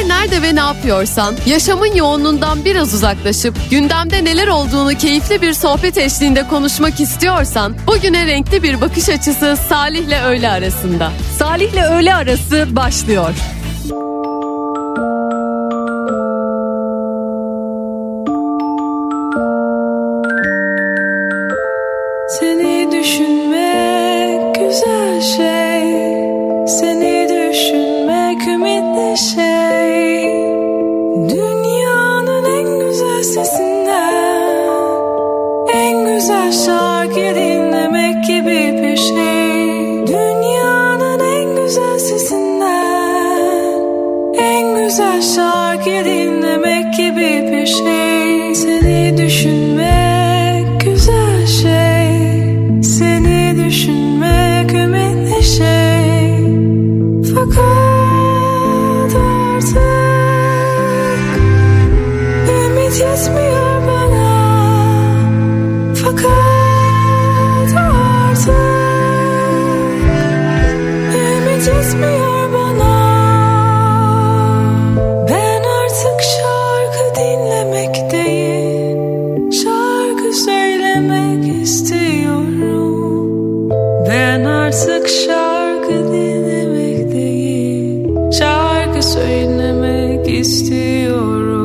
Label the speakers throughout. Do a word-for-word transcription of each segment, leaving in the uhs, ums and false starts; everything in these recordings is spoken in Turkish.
Speaker 1: Her nerede ve ne yapıyorsan, yaşamın yoğunluğundan biraz uzaklaşıp gündemde neler olduğunu keyifli bir sohbet eşliğinde konuşmak istiyorsan, bugüne renkli bir bakış açısı Salih'le öğle arasında.
Speaker 2: Salih'le öğle arası başlıyor.
Speaker 3: Seni düşünmek güzel şey, seni düşünmek ümitli şey. Dünyanın en güzel sesinden, en güzel şarkıyı dinlemek gibi bir şey. Dünyanın en güzel sesinden, en güzel şarkıyı dinlemek gibi bir şey. Seni düşünmek güzel şey, seni düşünmek ümitli şey. Fakat artık ümit yetmiyor bana. Fakat artık ümit yetmiyor bana. Ben artık şarkı dinlemek değil, şarkı söylemek istiyorum. Ben artık şarkı dinlemek değil, şarkı söylemek istiyorum.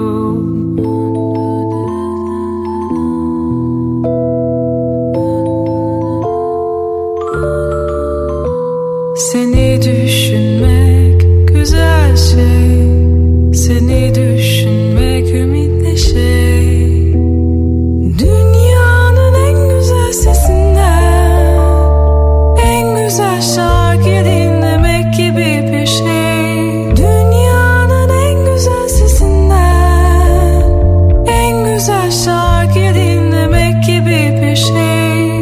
Speaker 3: Seni düşünmek güzel şey, seni düşünmek ümitli şey. Dünyanın en güzel sesinden, en güzel şarkıyı dinlemek gibi bir şey. Dünyanın en güzel sesinden, en güzel şarkıyı dinlemek gibi bir şey.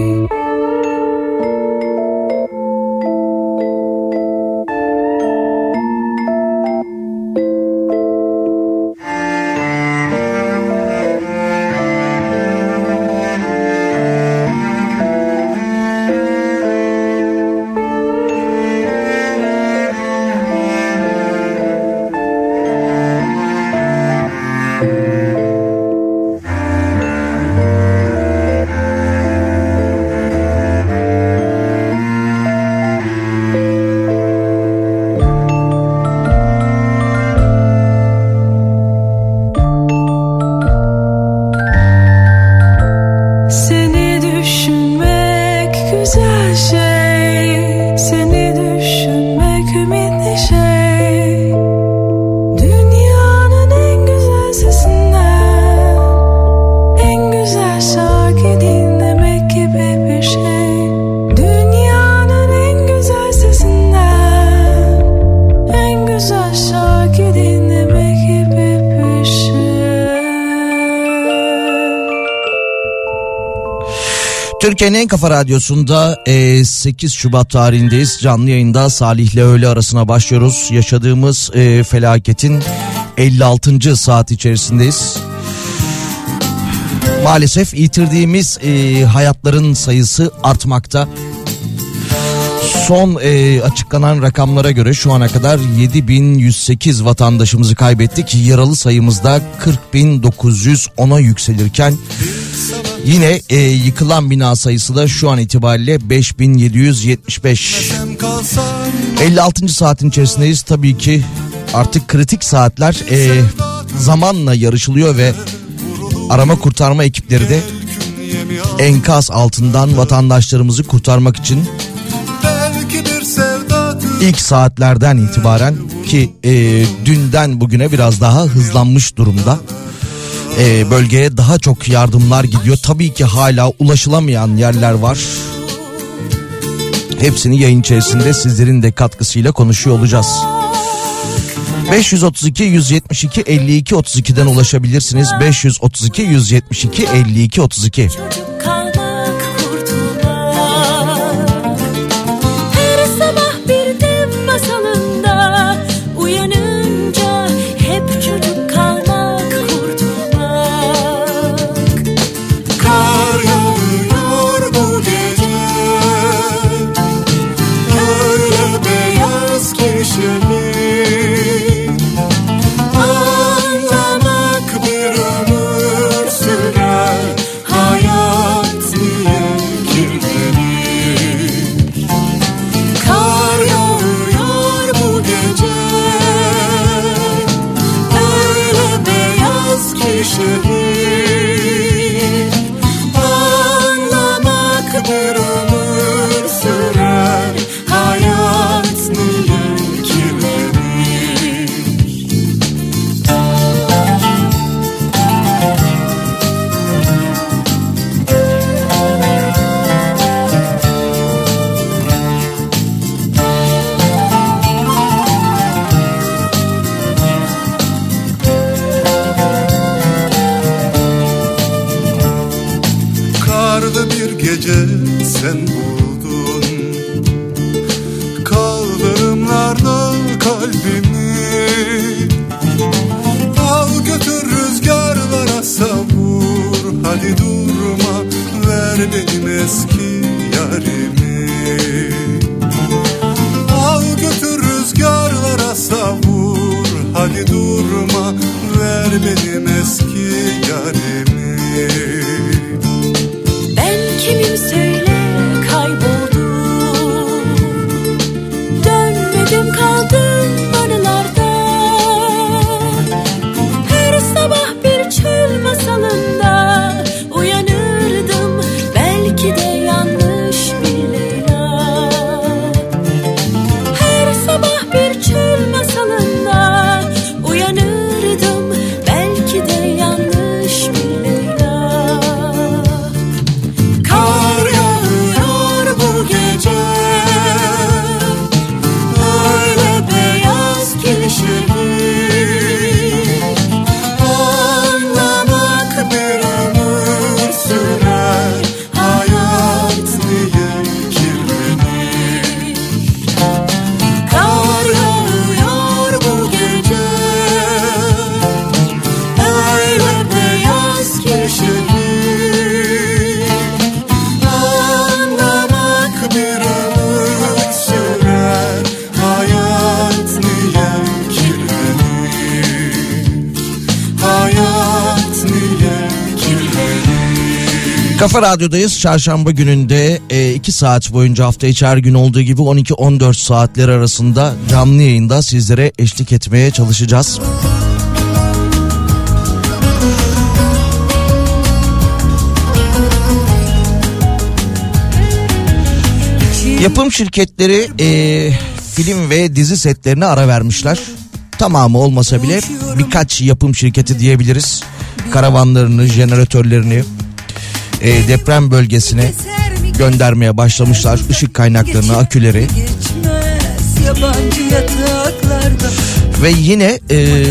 Speaker 3: Seni düşünmek güzel şey, seni düşünmek ümitli şey. Dünyanın en güzel sesinden, en güzel şarkı dinlemek gibi bir şey. Dünyanın en güzel sesinden, en güzel şarkı dinlemek gibi bir şey.
Speaker 4: Türkiye'nin en kafa radyosunda e, sekiz Şubat tarihindeyiz. Canlı yayında Salih'le öğle arasına başlıyoruz. Yaşadığımız e, felaketin elli altıncı saat içerisindeyiz. Maalesef yitirdiğimiz e, hayatların sayısı artmakta. Son e, açıklanan rakamlara göre şu ana kadar yedi bin yüz sekiz vatandaşımızı kaybettik. Yaralı sayımızda kırk bin dokuz yüz ona yükselirken yine e, yıkılan bina sayısı da şu an itibariyle beş bin yedi yüz yetmiş beş. elli altıncı saatin içerisindeyiz. Tabii ki artık kritik saatler e, zamanla yarışılıyor ve arama kurtarma ekipleri de enkaz altından vatandaşlarımızı kurtarmak için ilk saatlerden itibaren ki e, dünden bugüne biraz daha hızlanmış durumda. E, bölgeye daha çok yardımlar gidiyor. Tabii ki hala ulaşılamayan yerler var. Hepsini yayın içerisinde sizlerin de katkısıyla konuşuyor olacağız. beş yüz otuz iki yüz yetmiş iki elli iki otuz iki'den ulaşabilirsiniz. beş yüz otuz iki yüz yetmiş iki elli iki otuz iki.
Speaker 3: şehir. Anlamak bir ömür sürer, hayat niye kirlenir? Karlı bir gece sen buldun kaldırımlarda kalbimi. Al götür rüzgarlara savur, hadi durma ver benim eski yarimi. Al götür rüzgarlara savur, hadi durma ver benim eski yarimi.
Speaker 5: Ben kimim söyle kayboldum, dönmedim kaldım anılarda. Her sabah bir çöl masalında uyanırdım, belki de yanlış bir Leyla. Her sabah bir çöl masalında uyanırdım, belki de yanlış bir Leyla. Kar yağıyor bu gece, öyle beyaz ki şehir.
Speaker 3: Anlamak bir ömür sürer, hayat niye kirlenir?
Speaker 5: Kar yağıyor bu gece,
Speaker 3: Öyle beyaz ki şehir. Anlamak bir ömür sürer, hayat niye kirlenir? Hayat niye kirlenir?
Speaker 4: Kafa Radyo'dayız. Çarşamba gününde e, iki saat boyunca hafta içi her gün olduğu gibi on iki on dört saatler arasında canlı yayında sizlere eşlik etmeye çalışacağız. Yapım şirketleri e, film ve dizi setlerine ara vermişler. Tamamı olmasa bile birkaç yapım şirketi diyebiliriz. Karavanlarını, jeneratörlerini e, deprem bölgesine göndermeye başlamışlar. Işık kaynaklarını, aküleri. Ve yine e,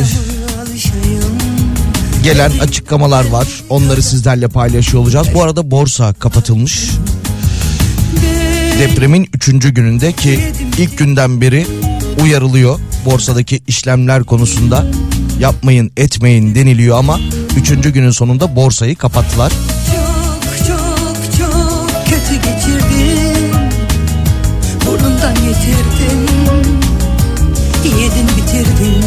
Speaker 4: gelen açıklamalar var. Onları sizlerle paylaşıyor olacağız. Bu arada borsa kapatılmış. Depremin üçüncü gününde ki ilk günden beri uyarılıyor. Borsadaki işlemler konusunda yapmayın etmeyin deniliyor ama üçüncü günün sonunda borsayı kapattılar.
Speaker 3: Çok çok çok kötü geçirdin, burnundan getirdin, yedin bitirdin.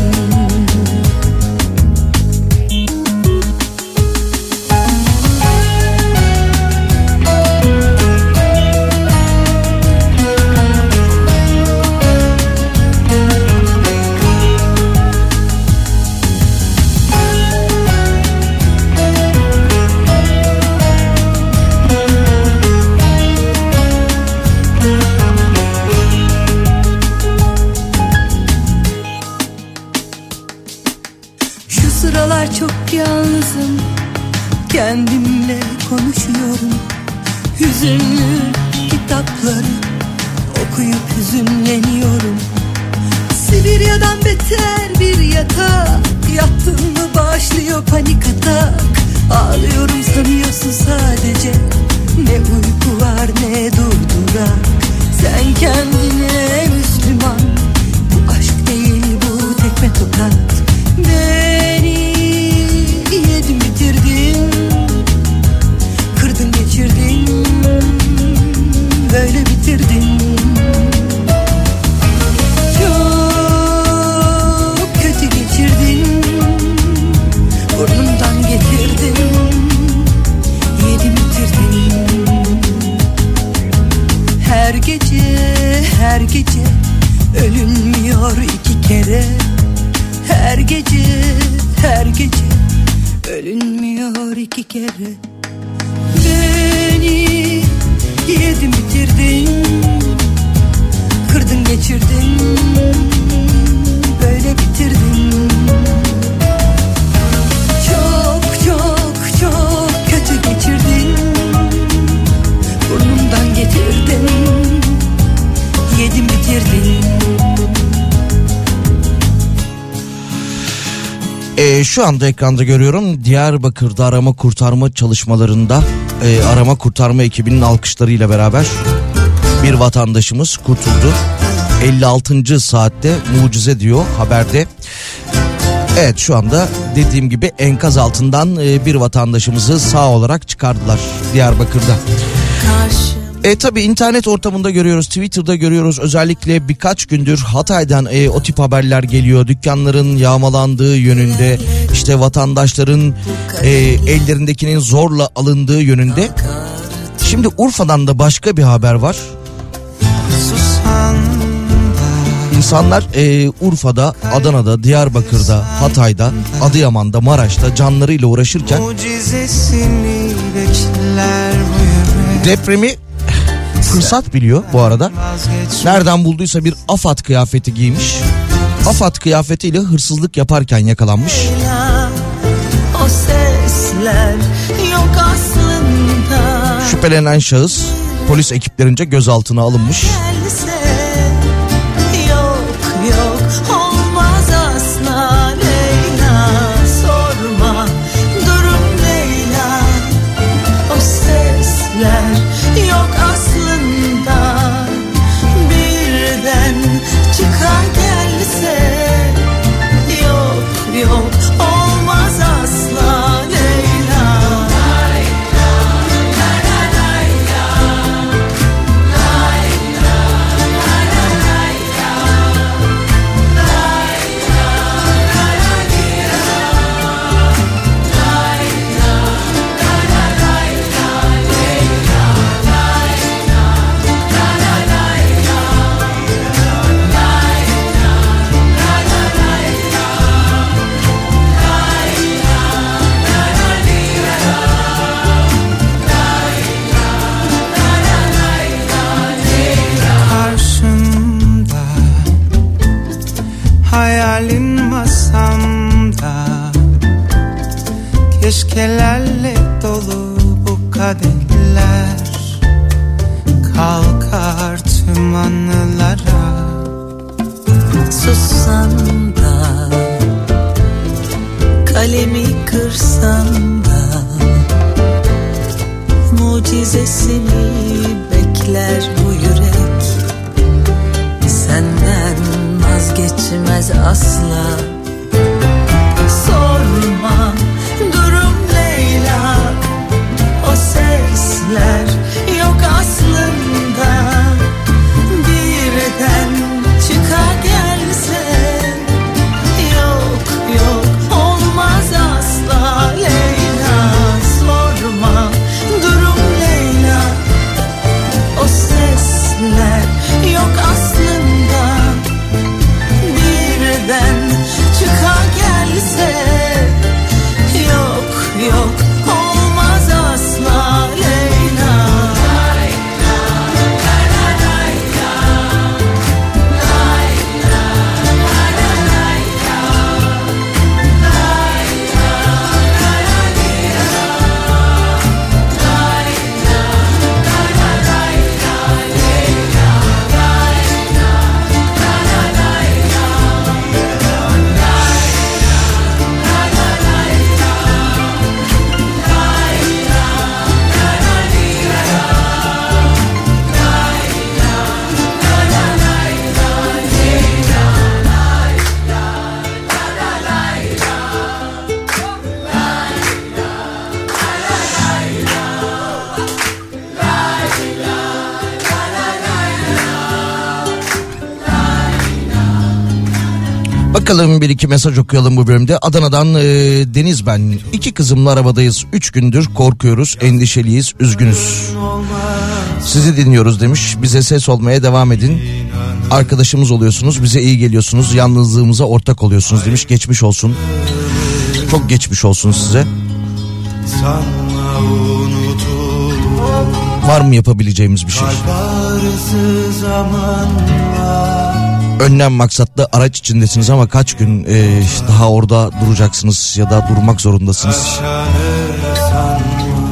Speaker 3: Çok yalnızım, kendimle konuşuyorum. Hüzünlü kitapları okuyup hüzünleniyorum. Sibirya'dan beter bir yatak, yattın mı başlıyor panik atak. Ağlıyorum sanıyorsun sadece, ne uyku var ne durdurak. Sen kendine Müslüman, bu aşk değil bu tekme tokat. Beni yedin bitirdin, kırdın geçirdin, böyle bitirdin. Çok kötü geçirdin, burnumdan getirdin, yedin bitirdin. Her gece her gece ölünmüyor iki kere. Her gece her gece ölünmüyor. ölünmüyor iki kere. Beni yedin bitirdin, kırdın geçirdin, böyle bitirdin. Çok çok çok kötü geçirdin, burnumdan getirdin, yedin bitirdin.
Speaker 4: Ee, şu anda ekranda görüyorum, Diyarbakır'da arama kurtarma çalışmalarında e, arama kurtarma ekibinin alkışlarıyla beraber bir vatandaşımız kurtuldu. elli altıncı saatte mucize diyor haberde. Evet, şu anda dediğim gibi enkaz altından e, bir vatandaşımızı sağ olarak çıkardılar Diyarbakır'da. E tabi internet ortamında görüyoruz, Twitter'da görüyoruz, özellikle birkaç gündür Hatay'dan e, o tip haberler geliyor. Dükkanların yağmalandığı yönünde, işte vatandaşların e, ellerindekinin zorla alındığı yönünde. Şimdi Urfa'dan da başka bir haber var. İnsanlar e, Urfa'da, Adana'da, Diyarbakır'da, Hatay'da, Adıyaman'da, Maraş'ta canlarıyla uğraşırken depremi fırsat biliyor bu arada. Nereden bulduysa bir AFAD kıyafeti giymiş. AFAD kıyafetiyle hırsızlık yaparken yakalanmış.
Speaker 5: O sesler yok aslında.
Speaker 4: Şüphelenen şahıs polis ekiplerince gözaltına alınmış.
Speaker 5: Yok yok olmaz asla Leyla, sorma durum Leyla. O sesler yok aslında, birden çıkar gelse. Yok yok olmaz asla Leyla.
Speaker 6: Karşımda hayalin masamda, keşkelerle dolu bu kadehler. Kalkar tüm anılara.
Speaker 5: Sussan da, kalemi kırsan da, mucizesini bekler bu yürek. Senden vazgeçmez asla. Sorma durum Leyla. O sesler yok aslında, birden çıkar gelse. Yok yok olmaz asla Leyla, sorma durum Leyla. O sesler yok aslında, birden çıkar gelse. Yok yok olmaz asla Leyla.
Speaker 4: Bakalım bir iki mesaj okuyalım bu bölümde. Adana'dan e, Deniz ben. İki kızımla arabadayız. Üç gündür korkuyoruz, endişeliyiz, üzgünüz. Sizi dinliyoruz demiş. Bize ses olmaya devam edin. Arkadaşımız oluyorsunuz, bize iyi geliyorsunuz, yalnızlığımıza ortak oluyorsunuz demiş. Geçmiş olsun. Çok geçmiş olsun size.
Speaker 6: sanma unutur.
Speaker 4: Var mı yapabileceğimiz bir şey?
Speaker 6: Kalp ağrısı zamanla.
Speaker 4: Önlem maksatlı araç içindesiniz ama kaç gün e, daha orada duracaksınız ya da durmak zorundasınız.
Speaker 6: Yaşanır sanma.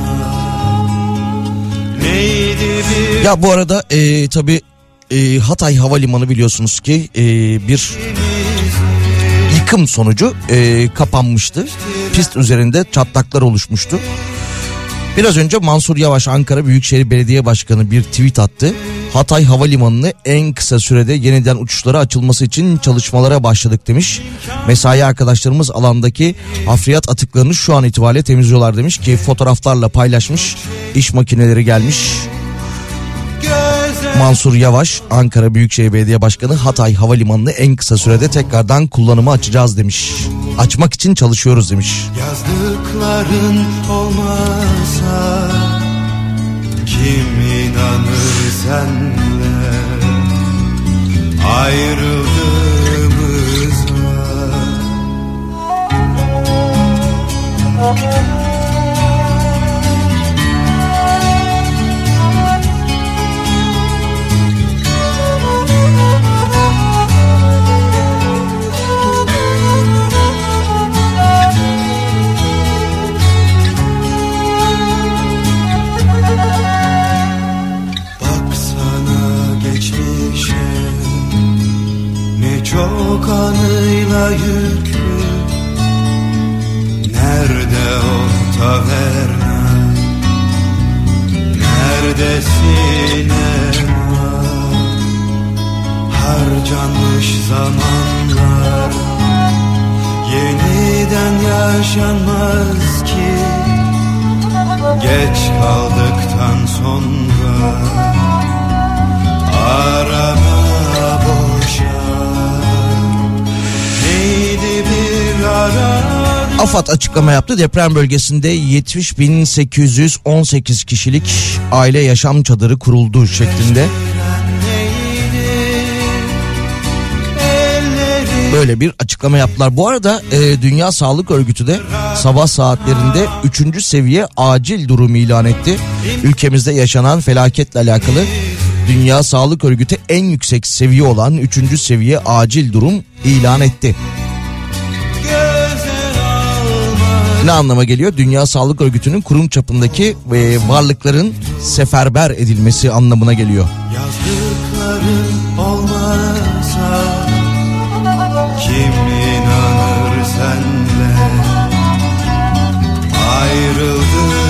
Speaker 6: Neydi bir
Speaker 4: Ya bu arada e, tabii e, Hatay Havalimanı biliyorsunuz ki e, bir yıkım sonucu e, kapanmıştı. Pist üzerinde çatlaklar oluşmuştu. Biraz önce Mansur Yavaş Ankara Büyükşehir Belediye Başkanı bir tweet attı. Hatay Havalimanı'nı en kısa sürede yeniden uçuşlara açılması için çalışmalara başladık demiş. Mesai arkadaşlarımız alandaki hafriyat atıklarını şu an itibariyle temizliyorlar demiş ki fotoğraflarla paylaşmış. İş makineleri gelmiş. Mansur Yavaş Ankara Büyükşehir Belediye Başkanı Hatay Havalimanı'nı en kısa sürede tekrardan kullanıma açacağız demiş. Açmak için çalışıyoruz demiş.
Speaker 6: yazdıkların olmasa kim inanır senle ayrıldığımıza. Çok anıyla yüklü. Nerede o taverna? Nerede sinema? Harcanmış zamanlar yeniden yaşanmaz ki. Geç kaldıktan sonra arama boşa.
Speaker 4: AFAD açıklama yaptı. Deprem bölgesinde yetmiş bin sekiz yüz on sekiz kişilik aile yaşam çadırı kuruldu şeklinde. Böyle bir açıklama yaptılar. Bu arada e, Dünya Sağlık Örgütü de sabah saatlerinde üçüncü seviye acil durum ilan etti. Ülkemizde yaşanan felaketle alakalı Dünya Sağlık Örgütü en yüksek seviye olan üçüncü seviye acil durum ilan etti. Ne anlama geliyor? Dünya Sağlık Örgütü'nün kurum çapındaki e, varlıkların seferber edilmesi anlamına geliyor.
Speaker 6: Yazdıkların olmasa kim inanır senle ayrıldığımıza.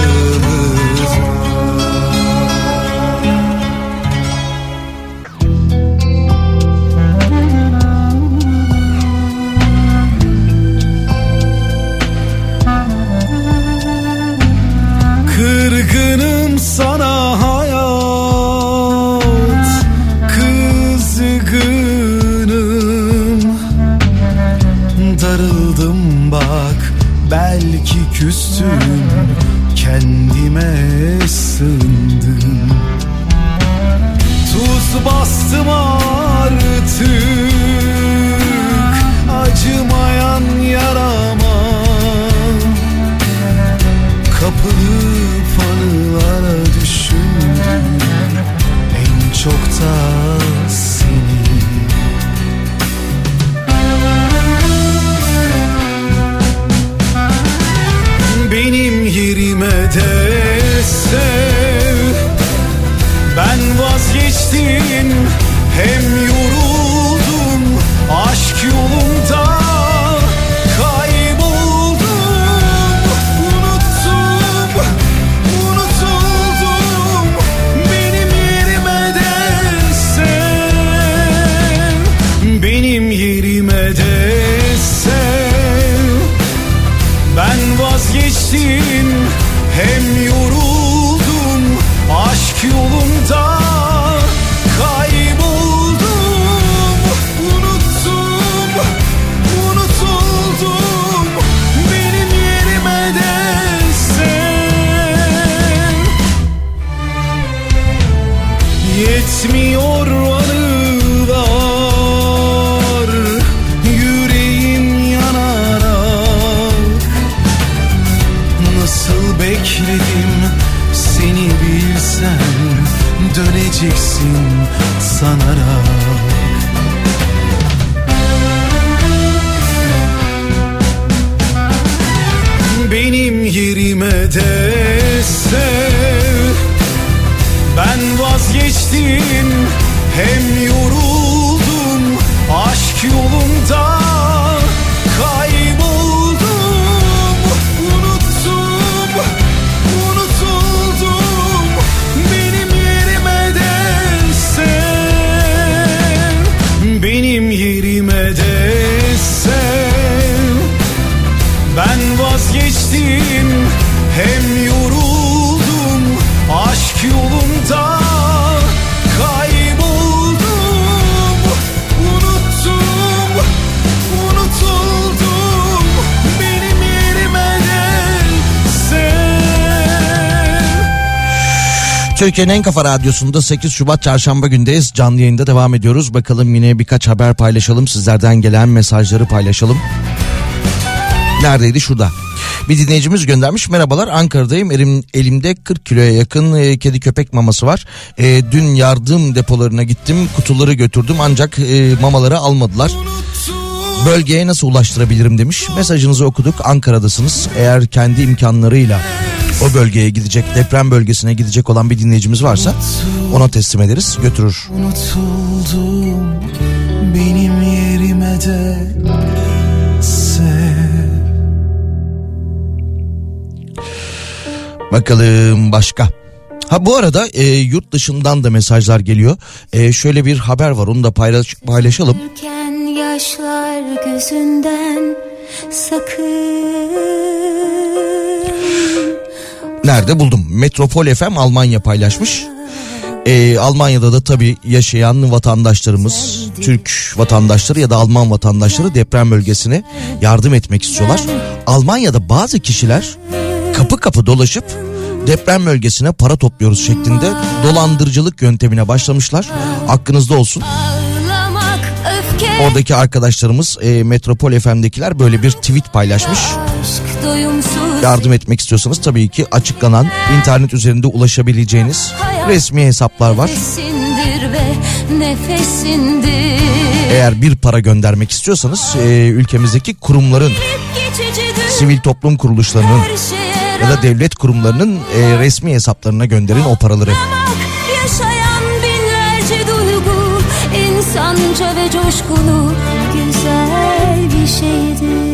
Speaker 6: Kırgınım sana hayat, kızgınım, darıldım bak, belki küstüm, kendime sığındım. Tuz bastım artık acımayan yarama, kapılıp anılara düşündüm en çok da seni. Benim yerime de sev, ben vazgeçtim, hem yoruldum aşk yolunda. Vazgeçtim, hem yoruldum aşk yolunda, kayboldum, unuttum, unutuldum, benim yerime de sen. Yetmiyor anılar, yüreğim yanarak, nasıl gideceksin sanarak. Benim yerime de sev. Ben vazgeçtim, hem yoruldum aşk yolunda, kayboldum, unuttum, unutuldum. Benim yerime de sev. Benim yerime de sev. Ben vazgeçtim, hem yoruldum aşk yolunda, kayboldum, unuttum, unutuldum. Benim yerime de sev.
Speaker 4: Türkiye'nin en kafa radyosunda sekiz Şubat Çarşamba gündeyiz. Canlı yayında devam ediyoruz. Bakalım yine birkaç haber paylaşalım. Sizlerden gelen mesajları paylaşalım. Neredeydi? Şurada. Bir dinleyicimiz göndermiş. Merhabalar, Ankara'dayım. Elim, elimde kırk kiloya yakın e, kedi köpek maması var. E, dün yardım depolarına gittim. Kutuları götürdüm ancak e, mamaları almadılar. Bölgeye nasıl ulaştırabilirim demiş. Mesajınızı okuduk. Ankara'dasınız. Eğer kendi imkanlarıyla o bölgeye gidecek, deprem bölgesine gidecek olan bir dinleyicimiz varsa ona teslim ederiz, götürür.
Speaker 6: Unutuldum, benim yerime de sev.
Speaker 4: Bakalım başka. Ha bu arada e, yurt dışından da mesajlar geliyor. E, şöyle bir haber var, onu da paylaş, paylaşalım.
Speaker 7: Yaşlar gözünden sakın.
Speaker 4: Nerede buldum? Metropol F M Almanya paylaşmış. E, Almanya'da da tabii yaşayan vatandaşlarımız, Türk vatandaşları ya da Alman vatandaşları deprem bölgesine yardım etmek istiyorlar. Almanya'da bazı kişiler kapı kapı dolaşıp deprem bölgesine para topluyoruz şeklinde dolandırıcılık yöntemine başlamışlar. Aklınızda olsun. Oradaki arkadaşlarımız e, Metropol F M'dekiler böyle bir tweet paylaşmış. Yardım etmek istiyorsanız tabii ki açıklanan internet üzerinde ulaşabileceğiniz resmi hesaplar var. Eğer bir para göndermek istiyorsanız e, ülkemizdeki kurumların, sivil toplum kuruluşlarının ya da devlet kurumlarının e, resmi hesaplarına gönderin o paraları.
Speaker 7: Yaşayan binlerce duygu, insanca ve coşkulu, güzel bir şeydir.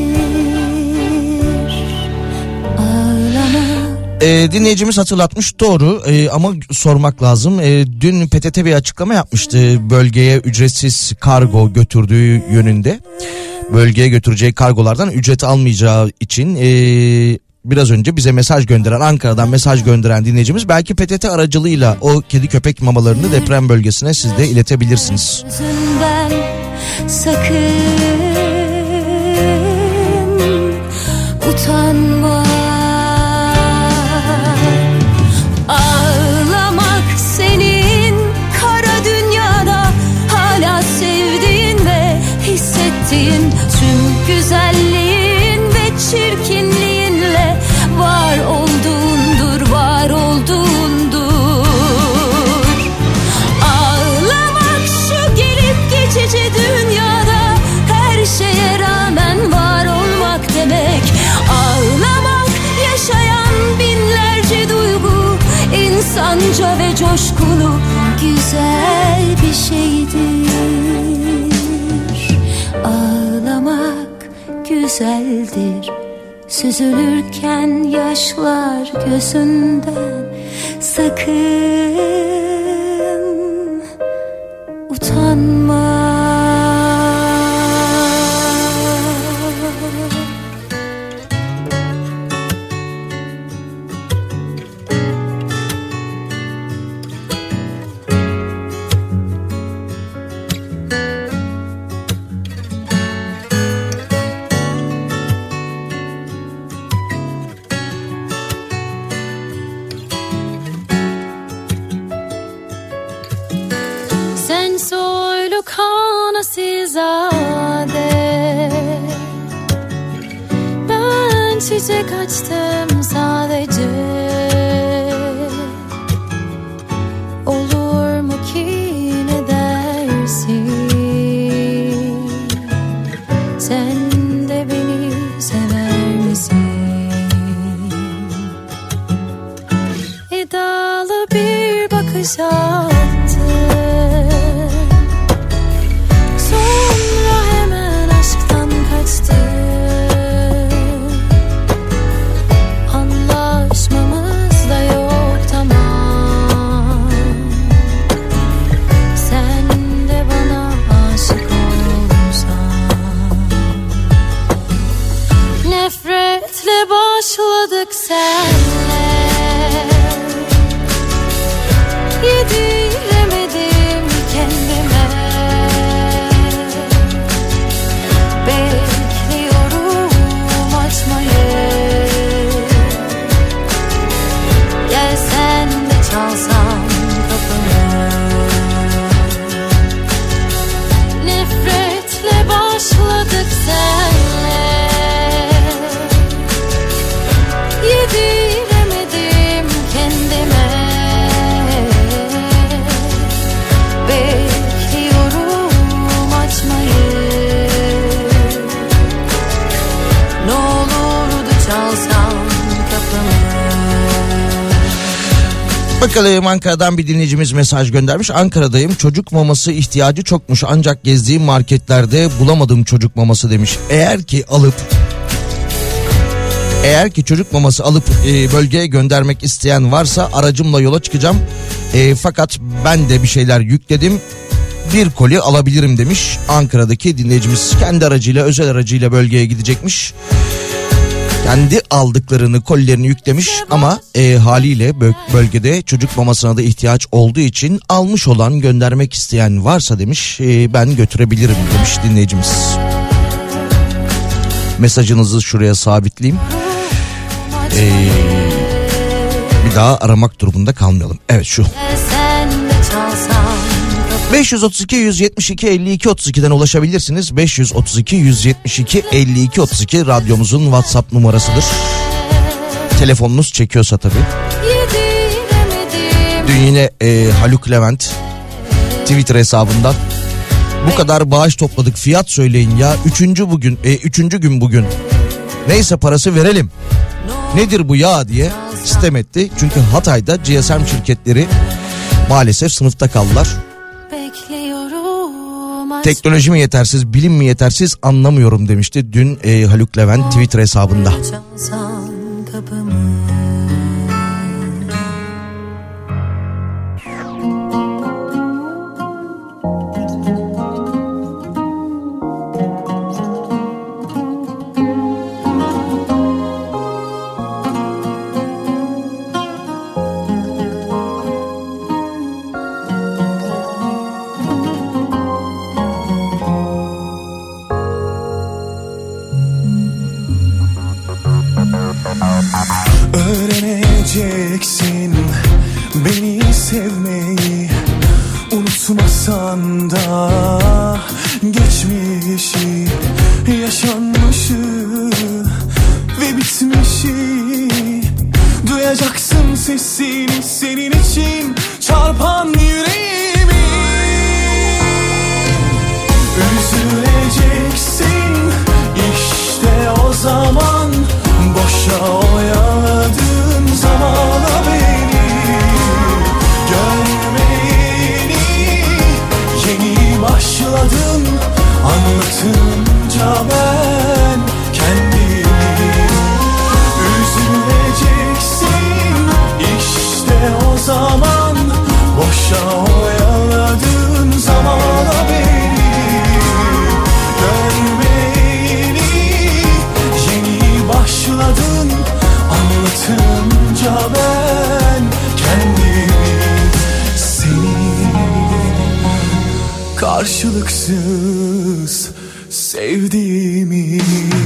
Speaker 7: Ağlama.
Speaker 4: E, dinleyicimiz hatırlatmış, doğru e, ama sormak lazım. E, dün P T T bir açıklama yapmıştı bölgeye ücretsiz kargo götürdüğü yönünde. Bölgeye götüreceği kargolardan ücret almayacağı için e, biraz önce bize mesaj gönderen, Ankara'dan mesaj gönderen dinleyicimiz belki P T T aracılığıyla o kedi köpek mamalarını deprem bölgesine siz de iletebilirsiniz.
Speaker 7: Gözünden sakın utanma. Ağlamak senin kara dünyada, hala sevdiğin ve hissettiğin tüm güzelliğin ve çirkinliğinle var olduğundur, var olduğundur. Ağlamak şu gelip geçici dünyada, her şeye rağmen var olmak demek. Ağlamak yaşayan binlerce duygu, insanca ve coşkulu, güzel bir şeydir. Ağlamak güzeldir. Süzülürken yaşlar gözünden, sakın utanma. Ben çiçek açtım sadece. Olur mu göz attı. Sonra hemen aşktan kaçtı. Anlaşmamız da yok tamam. Sen de bana aşık olursan. Nefretle başladık senle. Yediremedim kendime. Bekliyorum açmayı. Gel sen de çalsan kapımı. Nefretle başladık senle. Yediremedim kendime. Bekliyorum açmayı. Ne olurdu çalsam kapımı.
Speaker 4: Bakalım, Ankara'dan bir dinleyicimiz mesaj göndermiş. Ankara'dayım, çocuk maması ihtiyacı çokmuş ancak gezdiğim marketlerde bulamadım çocuk maması demiş. Eğer ki alıp Eğer ki çocuk maması alıp e, bölgeye göndermek isteyen varsa aracımla yola çıkacağım. E, fakat ben de bir şeyler yükledim. Bir koli alabilirim demiş Ankara'daki dinleyicimiz. Kendi aracıyla, özel aracıyla bölgeye gidecekmiş. Kendi aldıklarını, kolilerini yüklemiş ama e, haliyle bö- bölgede çocuk mamasına da ihtiyaç olduğu için almış olan, göndermek isteyen varsa demiş e, ben götürebilirim demiş dinleyicimiz. Mesajınızı şuraya sabitleyeyim. Ee, bir daha aramak durumunda kalmayalım. Evet, şu beş yüz otuz iki yüz yetmiş iki elli iki otuz iki'den ulaşabilirsiniz. beş yüz otuz iki yüz yetmiş iki elli iki otuz iki radyomuzun WhatsApp numarasıdır. Telefonunuz çekiyorsa tabii. Dün yine e, Haluk Levent Twitter hesabından bu kadar bağış topladık, fiyat söyleyin ya. Üçüncü bugün, e, üçüncü gün bugün. Neyse parası verelim. Nedir bu ya diye sistem etti. Çünkü Hatay'da G S M şirketleri maalesef sınıfta kaldılar. Teknoloji mi yetersiz, bilim mi yetersiz anlamıyorum demişti dün e, Haluk Levent Twitter hesabında.
Speaker 6: Öğreneceksin beni sevmeyi, unutmasan da geçmişi, yaşanmışı ve bitmişi. Duyacaksın sesini, senin için çarpan yüreğimi. Üzüleceksin işte o zaman, boşa oyaladığım zamana beni. Görmeyeni yeni başladım, anlatınca ben kendimi. Üzüleceksin işte o zaman, boşa oyaladığım zamana beni. Görmeyeni yeni başladın, anlatınca ben kendimi. Seni karşılıksız sevdiğimi.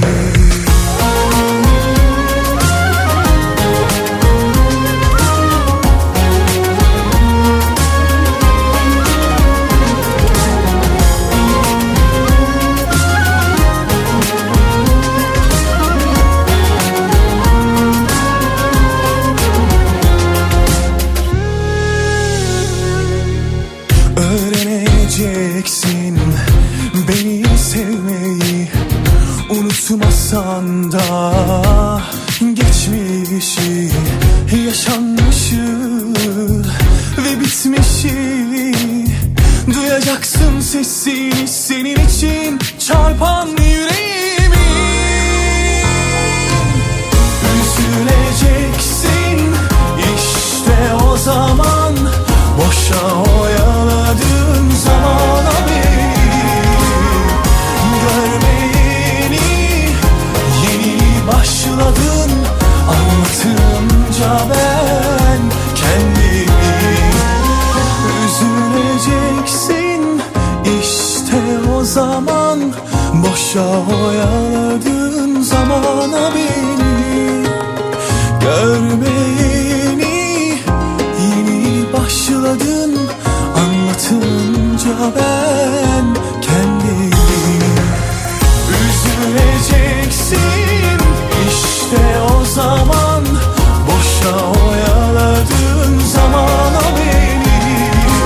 Speaker 6: Öğreneceksin beni sevmeyi, unutmasan da geçmişi, yaşanmışı ve bitmişi. Duyacaksın sesini, senin için çarpan yüreğimi. Üzüleceksin işte o zaman, boşa oyaladığın zamana beni. Görmeyeni yeni başladın, anlatınca ben kendimi. Üzüleceksin işte o zaman, boşa oyaladığın zamana beni. Görmeyeni yeni başladın, anlatınca ben kendimi. Üzüleceksin işte o zaman, boşa oyaladığın zamana beni.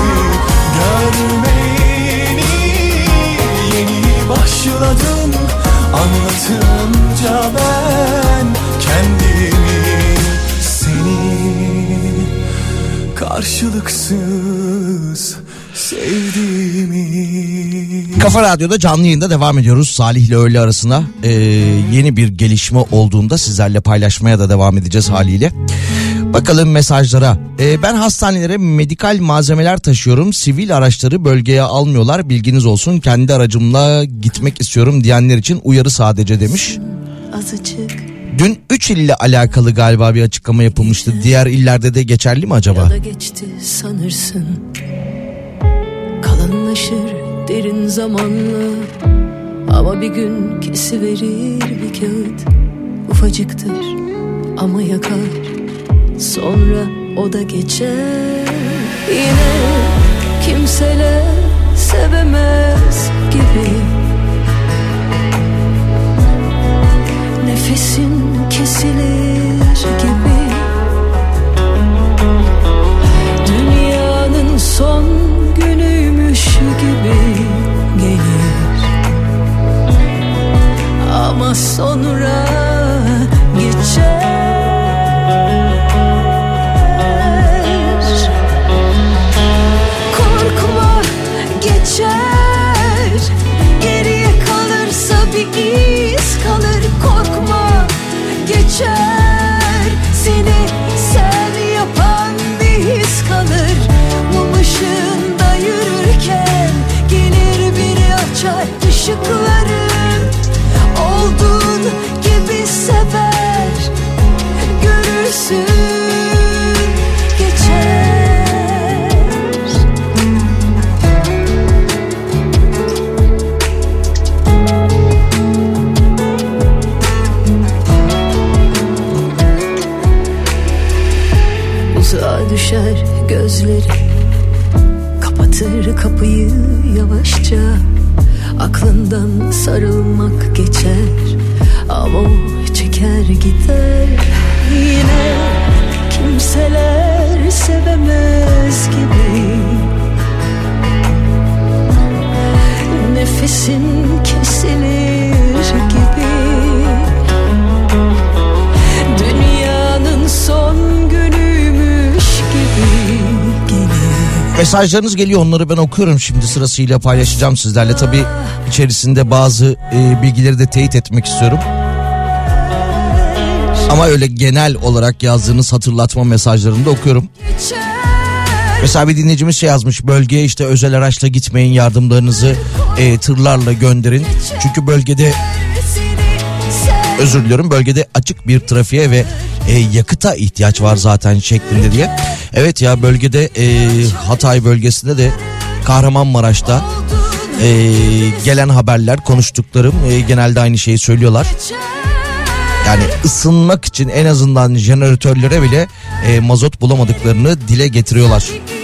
Speaker 6: Görmeyeni yeni başladın, anlatınca ben kendimi. Seni karşılıksız sevdiğimi.
Speaker 4: Kafa Radyo'da canlı yayında devam ediyoruz. Salih ile öğle arasına ee, yeni bir gelişme olduğunda sizlerle paylaşmaya da devam edeceğiz haliyle. Bakalım mesajlara. Ee, ben hastanelere medikal malzemeler taşıyorum. Sivil araçları bölgeye almıyorlar. Bilginiz olsun. Kendi aracımla gitmek istiyorum diyenler için uyarı sadece demiş.
Speaker 3: Azıcık
Speaker 4: Dün üç ille alakalı galiba bir açıklama yapılmıştı. Diğer illerde de geçerli mi acaba?
Speaker 3: ya da geçti sanırsın. Kalınlaşır derin zamanla, ama bir gün kesiverir bir kağıt. Ufacıktır ama yakar, sonra o da geçer. Yine kimseler sevemez gibi, nefesin kesilir gibi. Dünyanın son günüymüş gibi gelir, ama sonra geçer. Korkma, geçer. Geriye kalırsa bir iz kalır. Korkma, geçer. Seni sen yapan bir his kalır. Mum ışığında yürürken gelir biri açar ışıkları. Olduğun gibi sever, görürsün geçer. Uzağa düşer gözleri, kapatır kapıyı yavaşça. Aklından sarılmak geçer, ama o çeker gider. Yine kimseler sevemez gibi, nefesin kesilir gibi. Dünyanın son günüymüş gibi gelir.
Speaker 4: Mesajlarınız geliyor, onları ben okuyorum şimdi, sırasıyla paylaşacağım sizlerle. Tabii içerisinde bazı e, bilgileri de teyit etmek istiyorum. Ama öyle genel olarak yazdığınız hatırlatma mesajlarını da okuyorum. Mesela bir dinleyicimiz şey yazmış: bölgeye işte özel araçla gitmeyin, yardımlarınızı e, tırlarla gönderin. Çünkü bölgede, özür diliyorum, bölgede açık bir trafiğe ve e, yakıta ihtiyaç var zaten şeklinde diye. Evet ya, bölgede e, Hatay bölgesinde de Kahramanmaraş'ta e, gelen haberler, konuştuklarım e, genelde aynı şeyi söylüyorlar. Yani ısınmak için en azından jeneratörlere bile e, mazot bulamadıklarını dile getiriyorlar.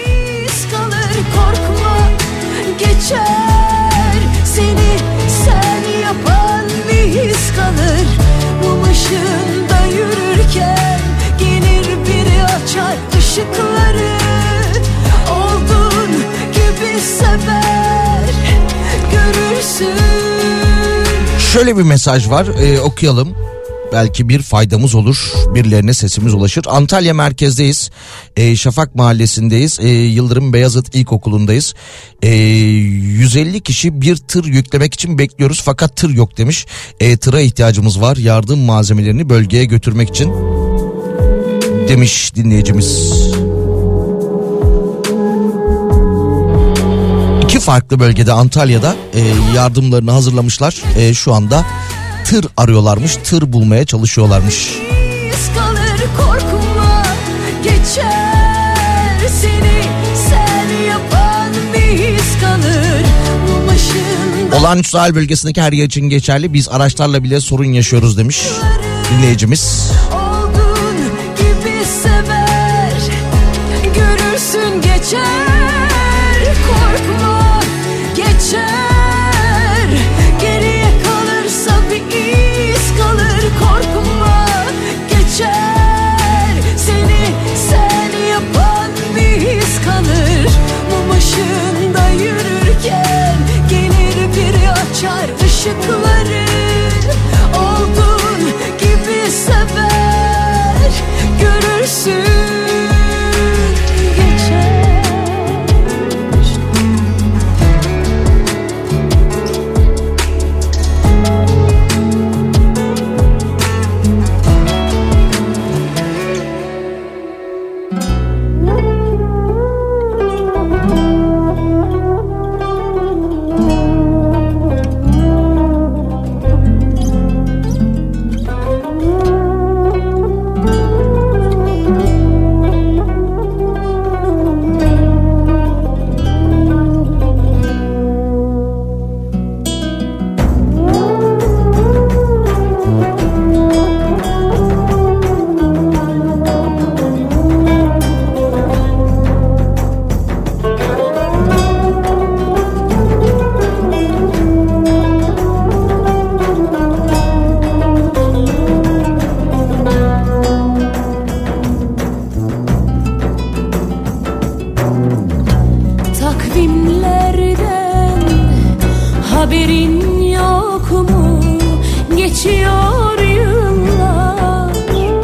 Speaker 3: Korkma, geçer. Seni sen yapan bir his kalır. Mum ışığında yürürken gelir biri açar ışıkları. Olduğun gibi sever, görürsün.
Speaker 4: Şöyle bir mesaj var, e, okuyalım. belki bir faydamız olur. Birilerine sesimiz ulaşır. Antalya merkezdeyiz. E, Şafak mahallesindeyiz. E, Yıldırım Beyazıt İlkokulu'ndayız. E, yüz elli kişi bir tır yüklemek için bekliyoruz fakat tır yok demiş. E, tıra ihtiyacımız var. Yardım malzemelerini bölgeye götürmek için demiş dinleyicimiz. İki farklı bölgede Antalya'da e, yardımlarını hazırlamışlar. E, şu anda tır arıyorlarmış, tır bulmaya çalışıyorlarmış.
Speaker 3: İz kalır korkma, geçer seni sen yapan bir his kalır. Bu başında
Speaker 4: Olağanüstü hal bölgesindeki her yer için geçerli. Biz araçlarla bile sorun yaşıyoruz demiş dinleyicimiz.
Speaker 3: olduğun gibi sever, görürsün geçer. Korkma, geçer. Geriye kalırsa bir iz kalır. Korkma, geçer. Seni sen yapan bir his kalır. Mum ışığında yürürken gelir biri açar ışıkları. Olduğun gibi sever, görürsün geçer. Takvimlerden haberin yok mu? Geçiyor yıllar,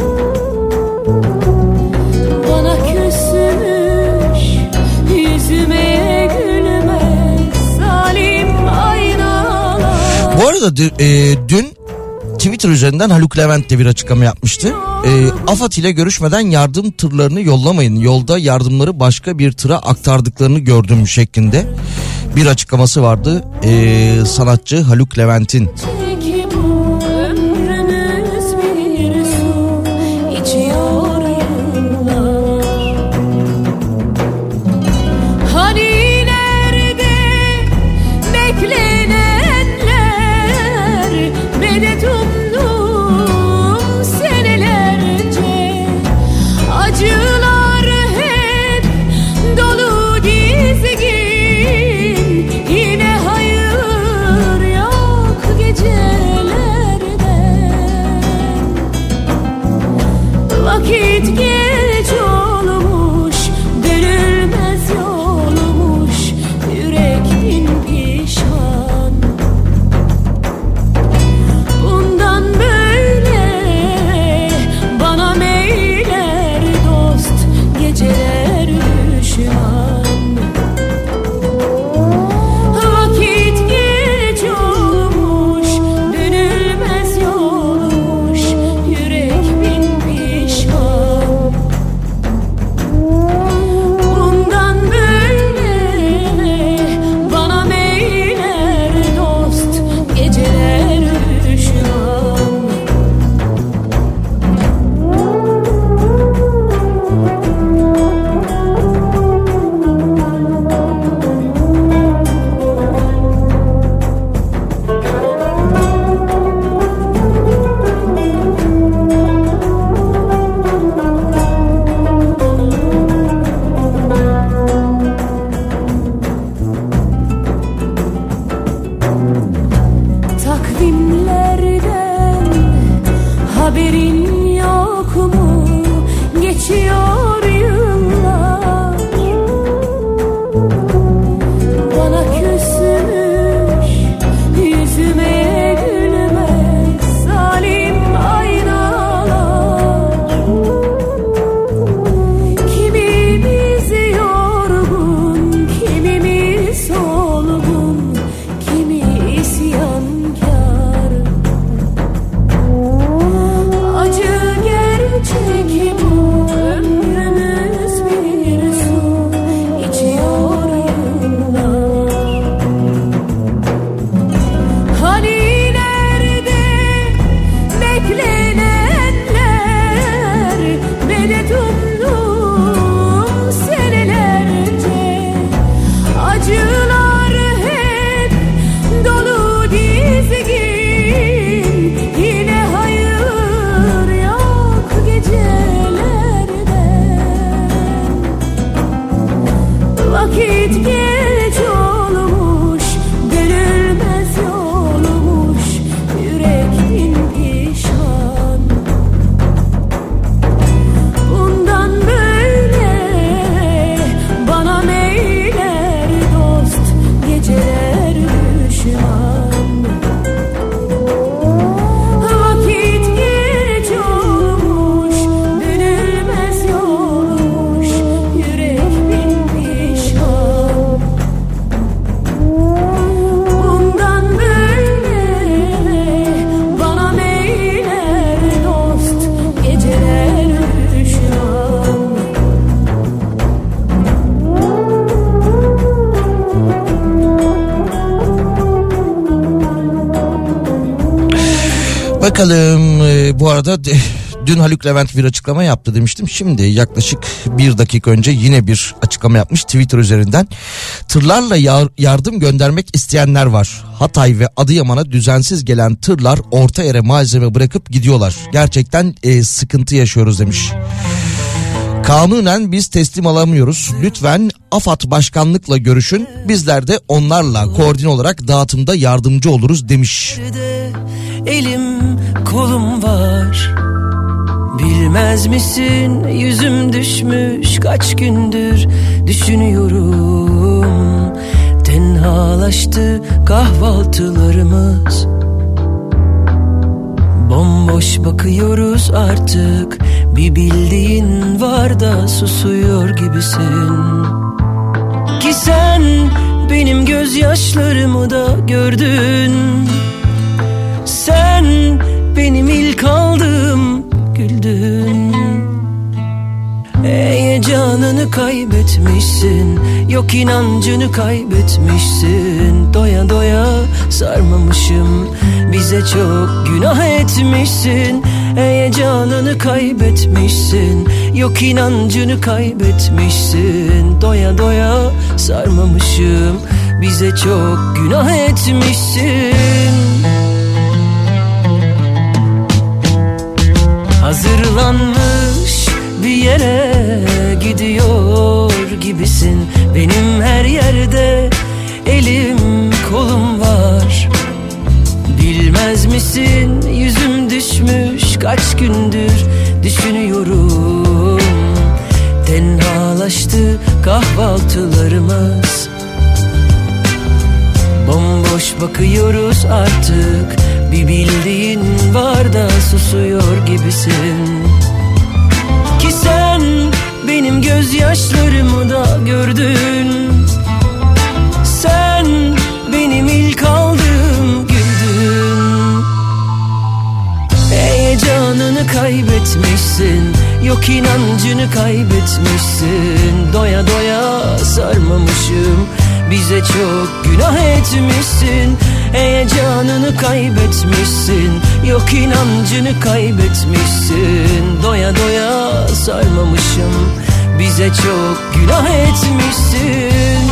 Speaker 3: bana küsmüş, yüzüme gülmez zalim aynalar.
Speaker 4: Bu arada dü- e, dün Twitter üzerinden Haluk Levent de bir açıklama yapmıştı. E, AFAD ile görüşmeden yardım tırlarını yollamayın. Yolda yardımları başka bir tıra aktardıklarını gördüm şeklinde bir açıklaması vardı. E, sanatçı Haluk Levent'in.
Speaker 3: Ki bu ömrümüz bir su içiyor yıllar. Hani nerede beklenenler, medet umdum senelerce. Acılar hep dolu dizgin, yine hayır yok gecelerden. Vakit geç olmuş, dönülmez yolmuş, yürek bin pişman. Bundan böyle bana meyler dost, geceler düşman. Vakit geç olmuş, dönülmez yolmuş, yürek bin pişman. Bundan böyle bana meyler dost, geceler düşman. Takvimlerden haberin yok mu? Geçiyor yıllar, bana küsmüş, yüzüme gülmez zalim aynalar.
Speaker 4: Bakalım e, bu arada de, dün Haluk Levent bir açıklama yaptı demiştim. Şimdi yaklaşık bir dakika önce yine bir açıklama yapmış Twitter üzerinden. Tırlarla yar, yardım göndermek isteyenler var. Hatay ve Adıyaman'a düzensiz gelen tırlar orta yere malzeme bırakıp gidiyorlar. Gerçekten e, sıkıntı yaşıyoruz demiş. Kanunen biz teslim alamıyoruz. Lütfen AFAD başkanlıkla görüşün. Bizler de onlarla koordine olarak dağıtımda yardımcı oluruz demiş.
Speaker 3: Elim kolum var. Bilmez misin yüzüm düşmüş kaç gündür düşünüyorum. Tenhalaştı kahvaltılarımız. Bomboş bakıyoruz artık. Bir bildiğin var da susuyor gibisin. Ki sen benim gözyaşlarımı da gördün. Sen benim ilk aldığım güldün. Heyecanını kaybetmişsin. Yok inancını kaybetmişsin. Doya doya sarmamışım. Bize çok günah etmişsin. Heyecanını kaybetmişsin. Yok inancını kaybetmişsin. Doya doya sarmamışım. Bize çok günah etmişsin. Hazırlanmış bir yere gidiyor gibisin. Benim her yerde elim kolum var. Bilmez misin yüzüm düşmüş kaç gündür düşünüyorum. Tenhalaştı kahvaltılarımız. Bomboş bakıyoruz artık. Bir bildiğin var da susuyor gibisin. Ki sen benim gözyaşlarımı da gördün. Sen benim ilk aldığım güldün. Heyecanını kaybetmişsin. Yok inancını kaybetmişsin. Doya doya sarmamışım. Bize çok günah etmişsin. Heyecanını kaybetmişsin. Yok inancını kaybetmişsin. Doya doya sarmamışım. Bize çok günah etmişsin.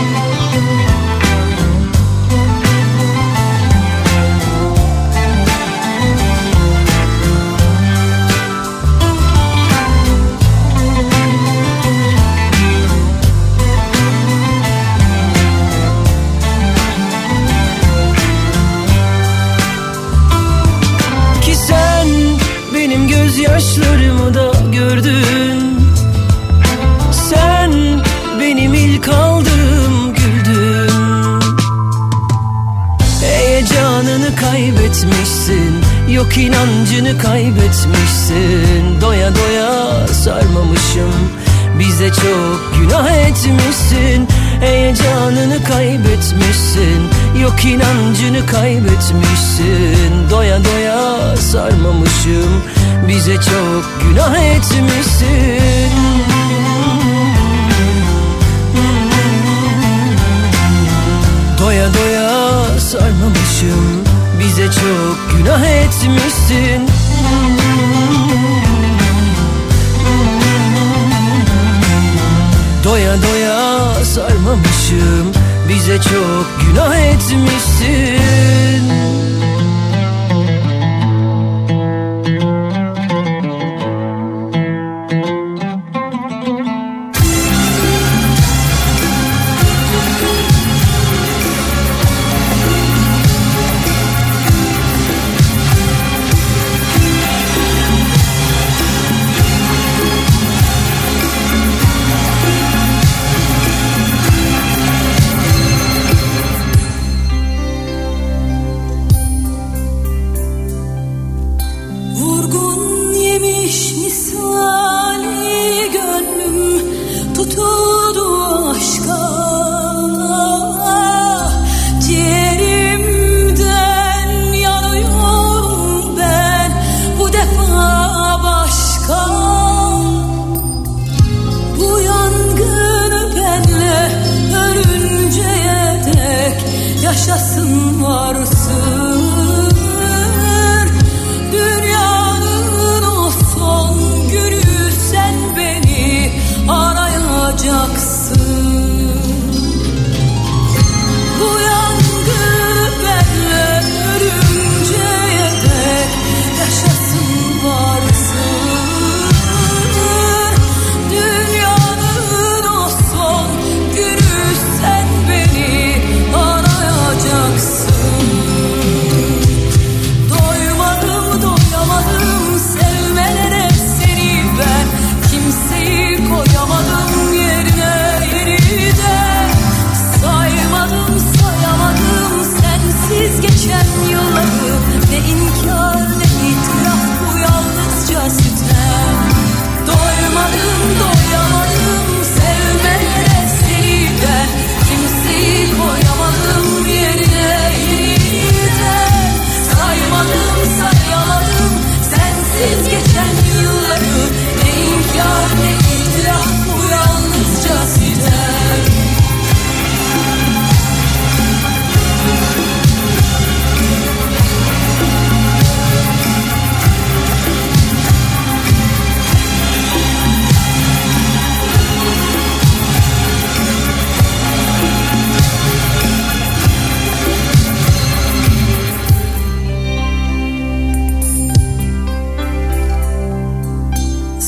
Speaker 3: Gözyaşlarımı da gördün. Sen benim ilk aldığım güldün. Heyecanını kaybetmişsin. Yok inancını kaybetmişsin. Doya doya sarmamışım. Bize çok günah etmişsin. Heyecanını kaybetmişsin. Yok inancını kaybetmişsin. Doya doya sarmamışım. Bize çok günah etmişsin. Doya doya sarmamışım. Bize çok günah etmişsin. Doya doya sarmamışım. Bize çok günah etmişsin. Yaşasın varsın,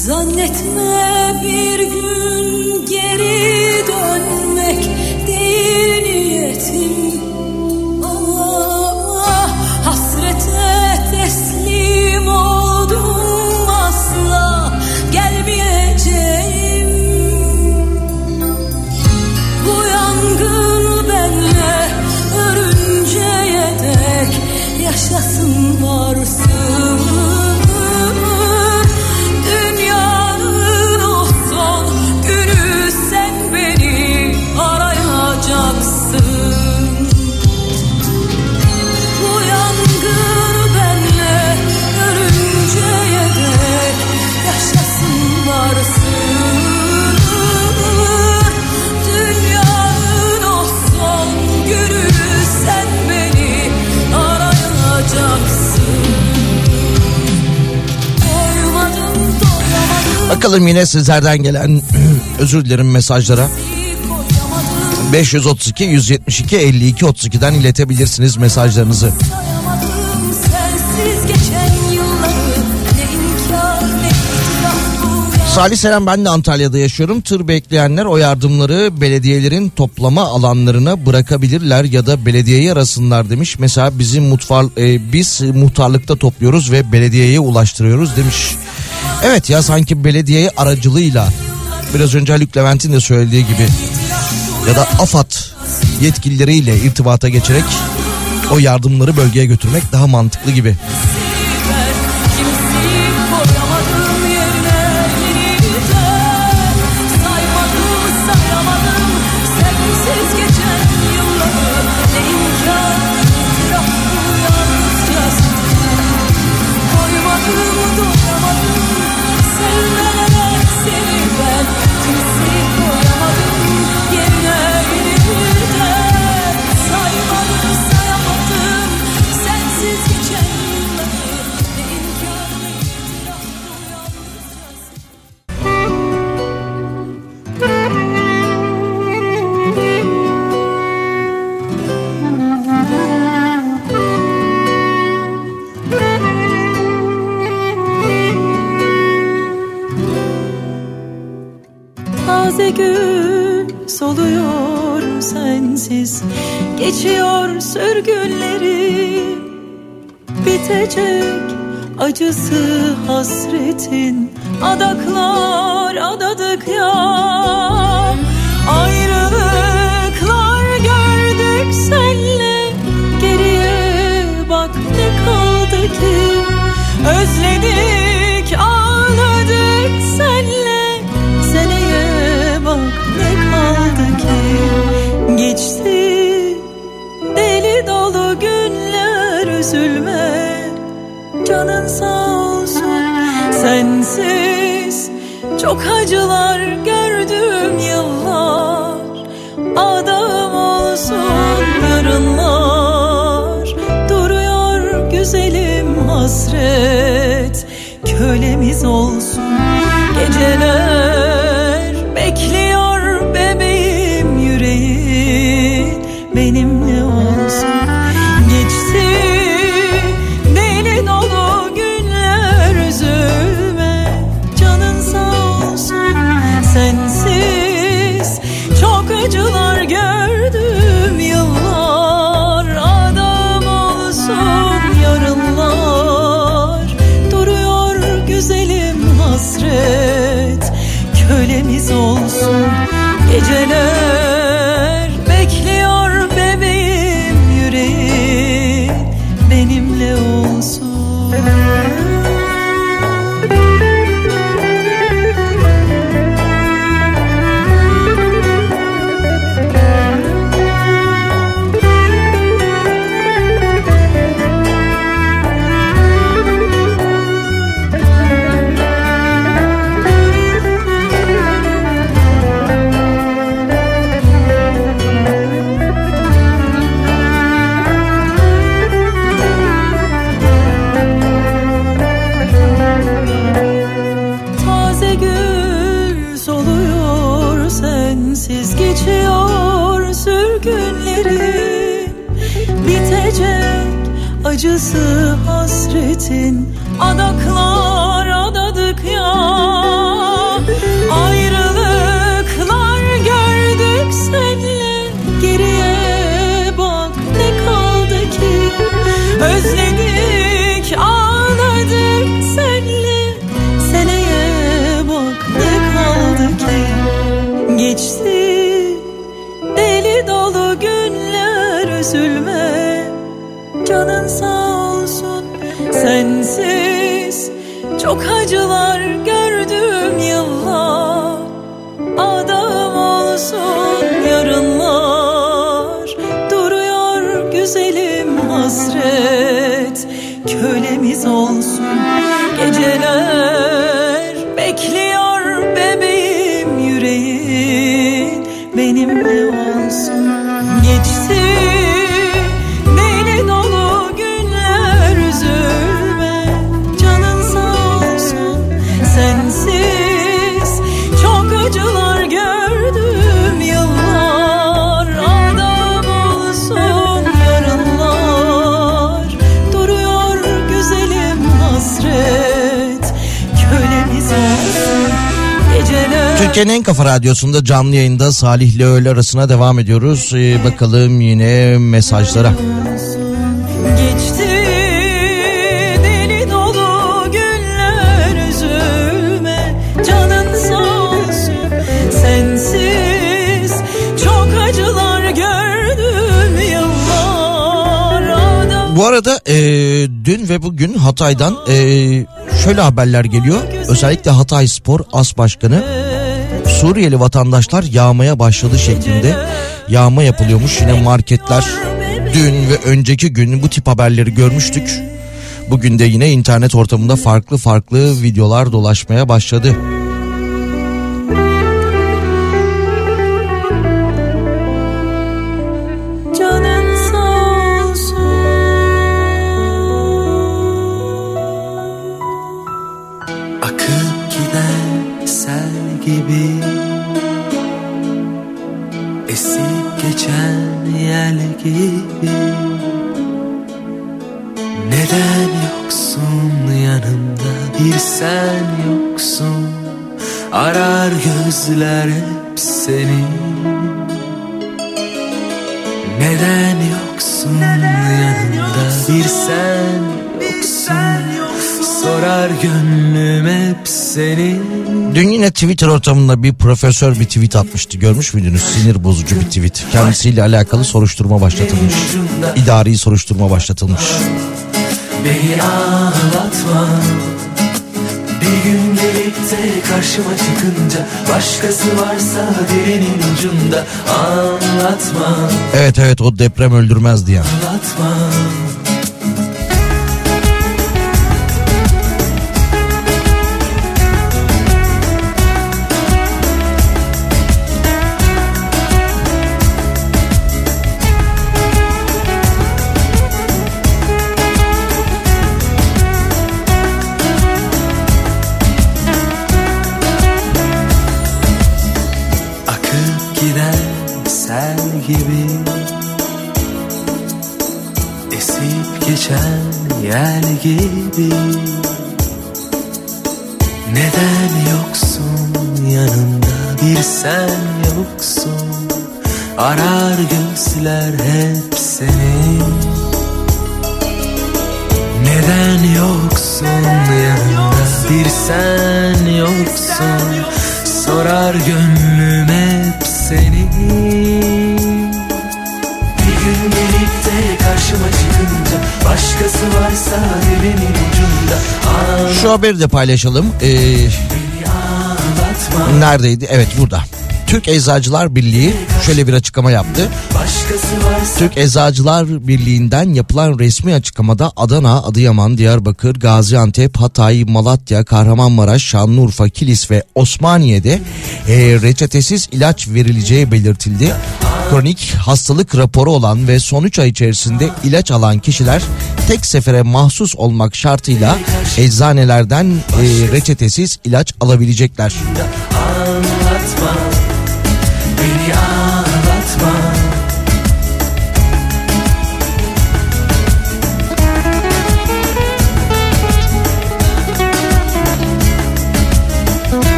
Speaker 3: Zannetme bir gün geri dönmek değil niyetim. Ah, hasrete teslim oldum, asla gelmeyeceğim. Bu yangın benle ölünceye dek yaşasın varsın.
Speaker 4: Bakalım yine sizlerden gelen özür dilerim mesajlara. beş yüz otuz iki yüz yetmiş iki elli iki otuz iki'den iletebilirsiniz mesajlarınızı. Salih selam, ben de Antalya'da yaşıyorum. Tır bekleyenler o yardımları belediyelerin toplama alanlarına bırakabilirler ya da belediyeye arasınlar demiş. Mesela bizim mutfar, e, biz muhtarlıkta topluyoruz ve belediyeye ulaştırıyoruz demiş. Evet ya, sanki belediye aracılığıyla, biraz önce Haluk Levent'in de söylediği gibi, ya da AFAD yetkilileriyle irtibata geçerek o yardımları bölgeye götürmek daha mantıklı gibi.
Speaker 3: Soluyor sensiz, geçiyor sürgünleri, bitecek acısı hasretin, adaklar adadık ya. Ayrılıklar gördük senle, geriye bak ne kaldı ki. Özledik ağladık senle, seneye bak ne kaldı ki. Geçti deli dolu günler, üzülme canın sağ olsun. Sensiz çok acılar gördüm yıllar, adam olsun yarınlar. Duruyor güzelim hasret, kölemiz olsun geceler. Bekliyor bebeğim yüreği, benimle olsun. Geçti deli dolu günler, üzülme canın sağ olsun. Sensiz çok acılar gördüm yıllar, adam olsun yarınlar. Duruyor güzelim hasret, kölemiz olsun geceler. Bekliyor bebeğim yüreği, benimle olsun. Acısı hasretin, adaklar adadık ya. Çok acılar gördüm yıllar, adam olsun yarınlar. Duruyor güzelim hasret, kölemiz olsun geceler. Bekliyor bebeğim yüreğin, benimle olsun. Geçti deli dolu günler, üzülme canın sağ olsun. Sensiz çok acılar gördüm yıllar, adam olsun yarınlar. Duruyor güzelim hasret, kölemiz olsun geceler.
Speaker 4: Türkiye'nin en kafa radyosunda canlı yayında Salih ile öğle arasına devam ediyoruz. Ee, bakalım yine mesajlara.
Speaker 3: Geçti deli dolu günler, üzülme canın sağ olsun. Sensiz çok acılar gördüm yıllar, adam.
Speaker 4: Bu arada e, dün ve bugün Hatay'dan e, şöyle haberler geliyor. Özellikle Hatay Spor As Başkanı Suriyeli vatandaşlar yağmaya başladı şeklinde yağma yapılıyormuş. Yine marketler dün ve önceki gün bu tip haberleri görmüştük. Bugün de yine internet ortamında farklı farklı videolar dolaşmaya başladı.
Speaker 3: Canın sağ olsun.
Speaker 6: Akıp giden sel gibi, esip geçen yel gibi. Neden yoksun yanımda, bir sen yoksun. Arar gözler hep seni. Neden yoksun yanımda, bir sen yoksun. Sorar gönlüm hep seni.
Speaker 4: Dün yine Twitter ortamında bir profesör bir tweet atmıştı. Görmüş müydünüz? Sinir bozucu bir tweet. Kendisiyle alakalı soruşturma başlatılmış. İdari soruşturma başlatılmış.
Speaker 6: Beni ağlatma. Bir gün gelip de karşıma çıkınca, başkası varsa dilinin ucunda, anlatma.
Speaker 4: Evet evet, o deprem öldürmez diye.
Speaker 6: Anlatma. Gibi esip geçen yel gibi. Neden yoksun yanımda, bir sen yoksun. Arar gözler hep seni. Neden yoksun yanımda, bir sen yoksun. Sorar gönlüm hep seni. Bir gün gelip de karşıma çıkınca, başkası varsa dilinin ucunda, anlatma.
Speaker 4: Şu haberi de paylaşalım. Ee, neredeydi? Evet, burada. Türk Eczacılar Birliği şöyle bir açıklama yaptı. Türk Eczacılar Birliği'nden yapılan resmi açıklamada Adana, Adıyaman, Diyarbakır, Gaziantep, Hatay, Malatya, Kahramanmaraş, Şanlıurfa, Kilis ve Osmaniye'de e, reçetesiz ilaç verileceği belirtildi. Kronik hastalık raporu olan ve son üç ay içerisinde ilaç alan kişiler tek sefere mahsus olmak şartıyla eczanelerden e, reçetesiz ilaç alabilecekler.
Speaker 6: Anlatma, beni ağlatma.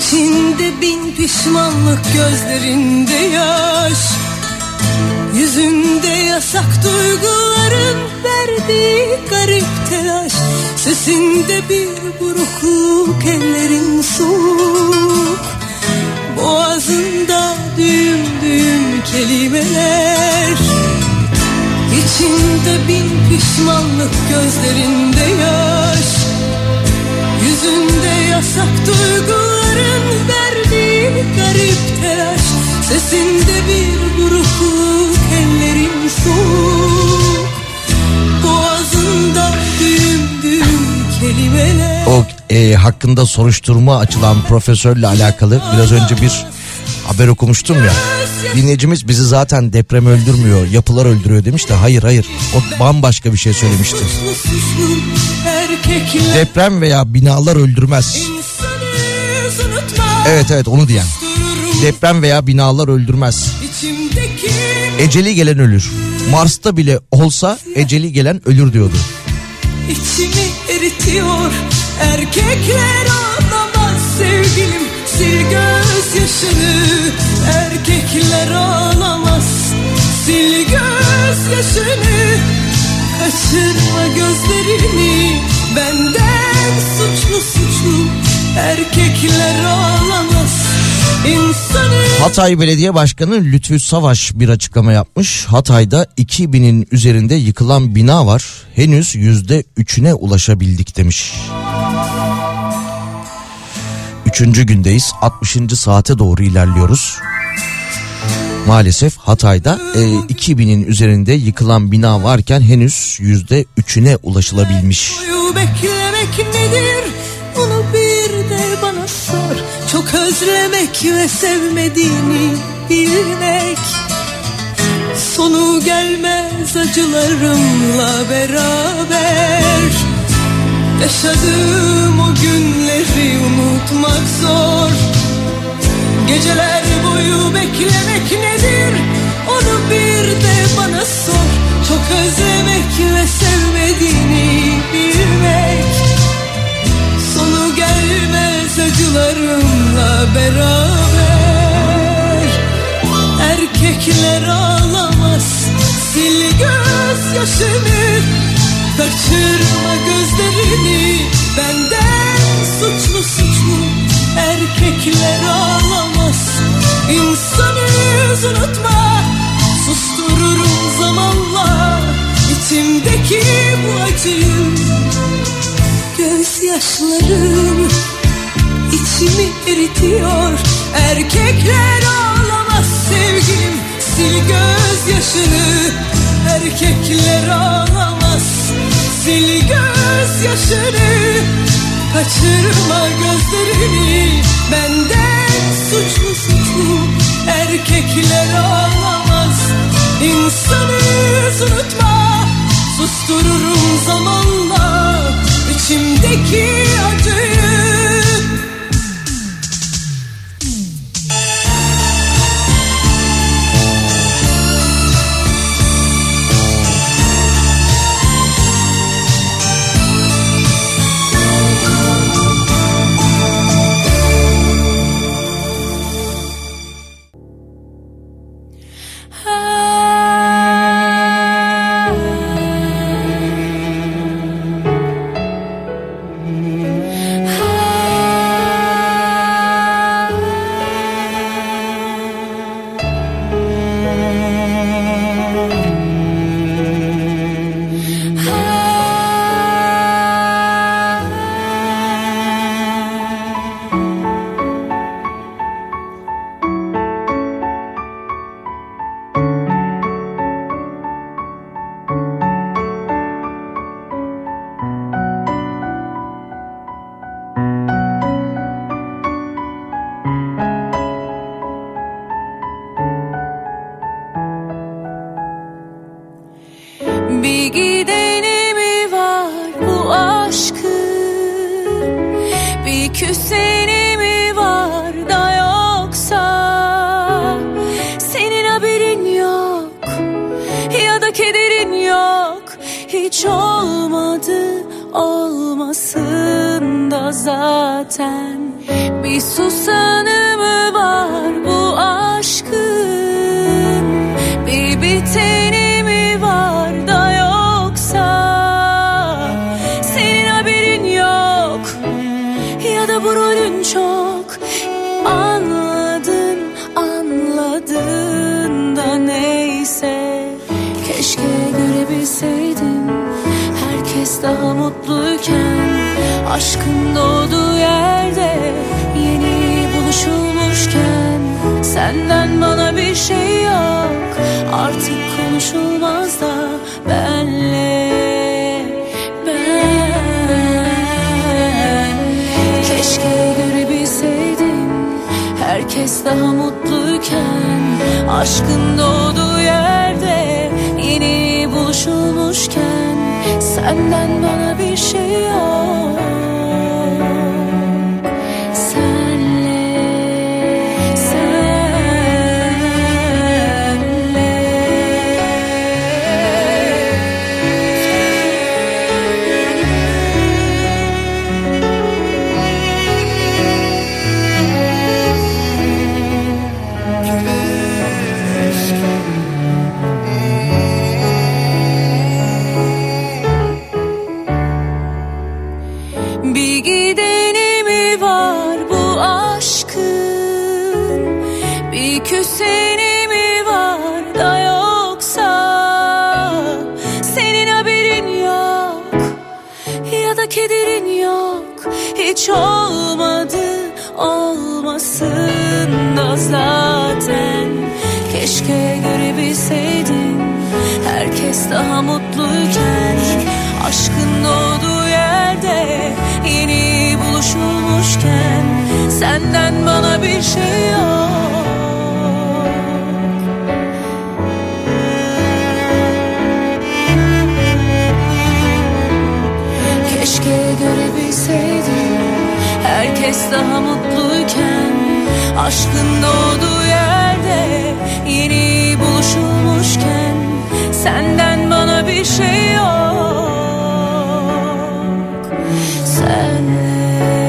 Speaker 3: İçinde bin pişmanlık, gözlerinde yaş, yüzünde yasak duyguların verdiği garip telaş. Sesinde bir burukluk, ellerin soğuk, boğazında düğüm düğüm kelimeler. İçinde bin pişmanlık, gözlerinde yaş, yüzünde yasak duyguların verdiği garip telaş. Sesinde bir burukluk, ellerin soğuk, boğazında düğüm düğüm kelimeler.
Speaker 4: O e, hakkında soruşturma açılan profesörle alakalı biraz önce bir haber okumuştum ya. Dinleyicimiz bizi zaten deprem öldürmüyor, yapılar öldürüyor demiş de hayır hayır. O bambaşka bir şey söylemişti. Deprem veya binalar öldürmez. Evet evet onu diyen. Deprem veya binalar öldürmez. Eceli gelen ölür. Mars'ta bile olsa eceli gelen ölür diyordu.
Speaker 3: İçimi eritiyor, erkekler ağlamaz sevgilim, sil gözyaşını. Erkekler ağlamaz, sil gözyaşını. Kaçırma gözlerini, benden suçlu suçlu. Erkekler ağlamaz, insanı.
Speaker 4: Hatay Belediye Başkanı Lütfü Savaş bir açıklama yapmış. Hatay'da iki binin üzerinde yıkılan bina var. Henüz yüzde üçüne ulaşabildik demiş. Üçüncü gündeyiz. altmışıncı saate doğru ilerliyoruz. Maalesef Hatay'da e, iki binin üzerinde yıkılan bina varken henüz yüzde üçüne ulaşılabilmiş.
Speaker 3: Beklemek nedir? Onu bir de bana sor. Çok özlemek ve sevmediğini bilmek. Sonu gelmez acılarımla beraber. Yaşadığım o günleri unutmak zor. Geceler boyu beklemek nedir? Onu bir de bana sor. Çok özlemek ve sevmediğini bilmek. Sonu gelmez acılarımla beraber. Erkekler ağlamaz, sil gözyaşını. Kaçırma gözlerini, benden suçlu suçlu. Erkekler ağlamaz, insanı unutma. Sustururum zamanla içimdeki bu acıyı. Gözyaşlarım içimi eritiyor. Erkekler ağlamaz sevgilim, sil gözyaşını. Erkekler ağlamaz, sil gözyaşını. Kaçırma gözlerini, benden suçlu suçlu. Erkekler ağlamaz, insanı unutma. Sustururum zamanla içimdeki acıyı. Bir susanı mı var bu aşkın? Bir biteni mi var da yoksa senin haberin yok ya da bu rolün çok. Anladın, anladın da neyse. Keşke görebilseydim herkes daha mutluyken, aşkın doğduğu yerde yeni buluşulmuşken. Senden bana bir şey yok, artık konuşulmaz da benle ben. Keşke görebilseydim herkes daha mutluyken, aşkın doğduğu yerde yeni buluşulmuşken. Senden bana bir şey yok. Senle, senle. Bir gideni mi var bu aşkın? Bir küseni mi var da yoksa senin haberin yok ya da kederin yok. Hiç olmadı, olmasın da zaten. Keşke görebilseydim herkes daha mutluyken, aşkın doğduğu yerde yeni buluşulmuşken. Senden bana bir şey yok. Keşke görebilseydim herkes daha mutluyken, aşkın doğduğu yerde yeni buluşulmuşken. Senden bana bir şey yok. Senle.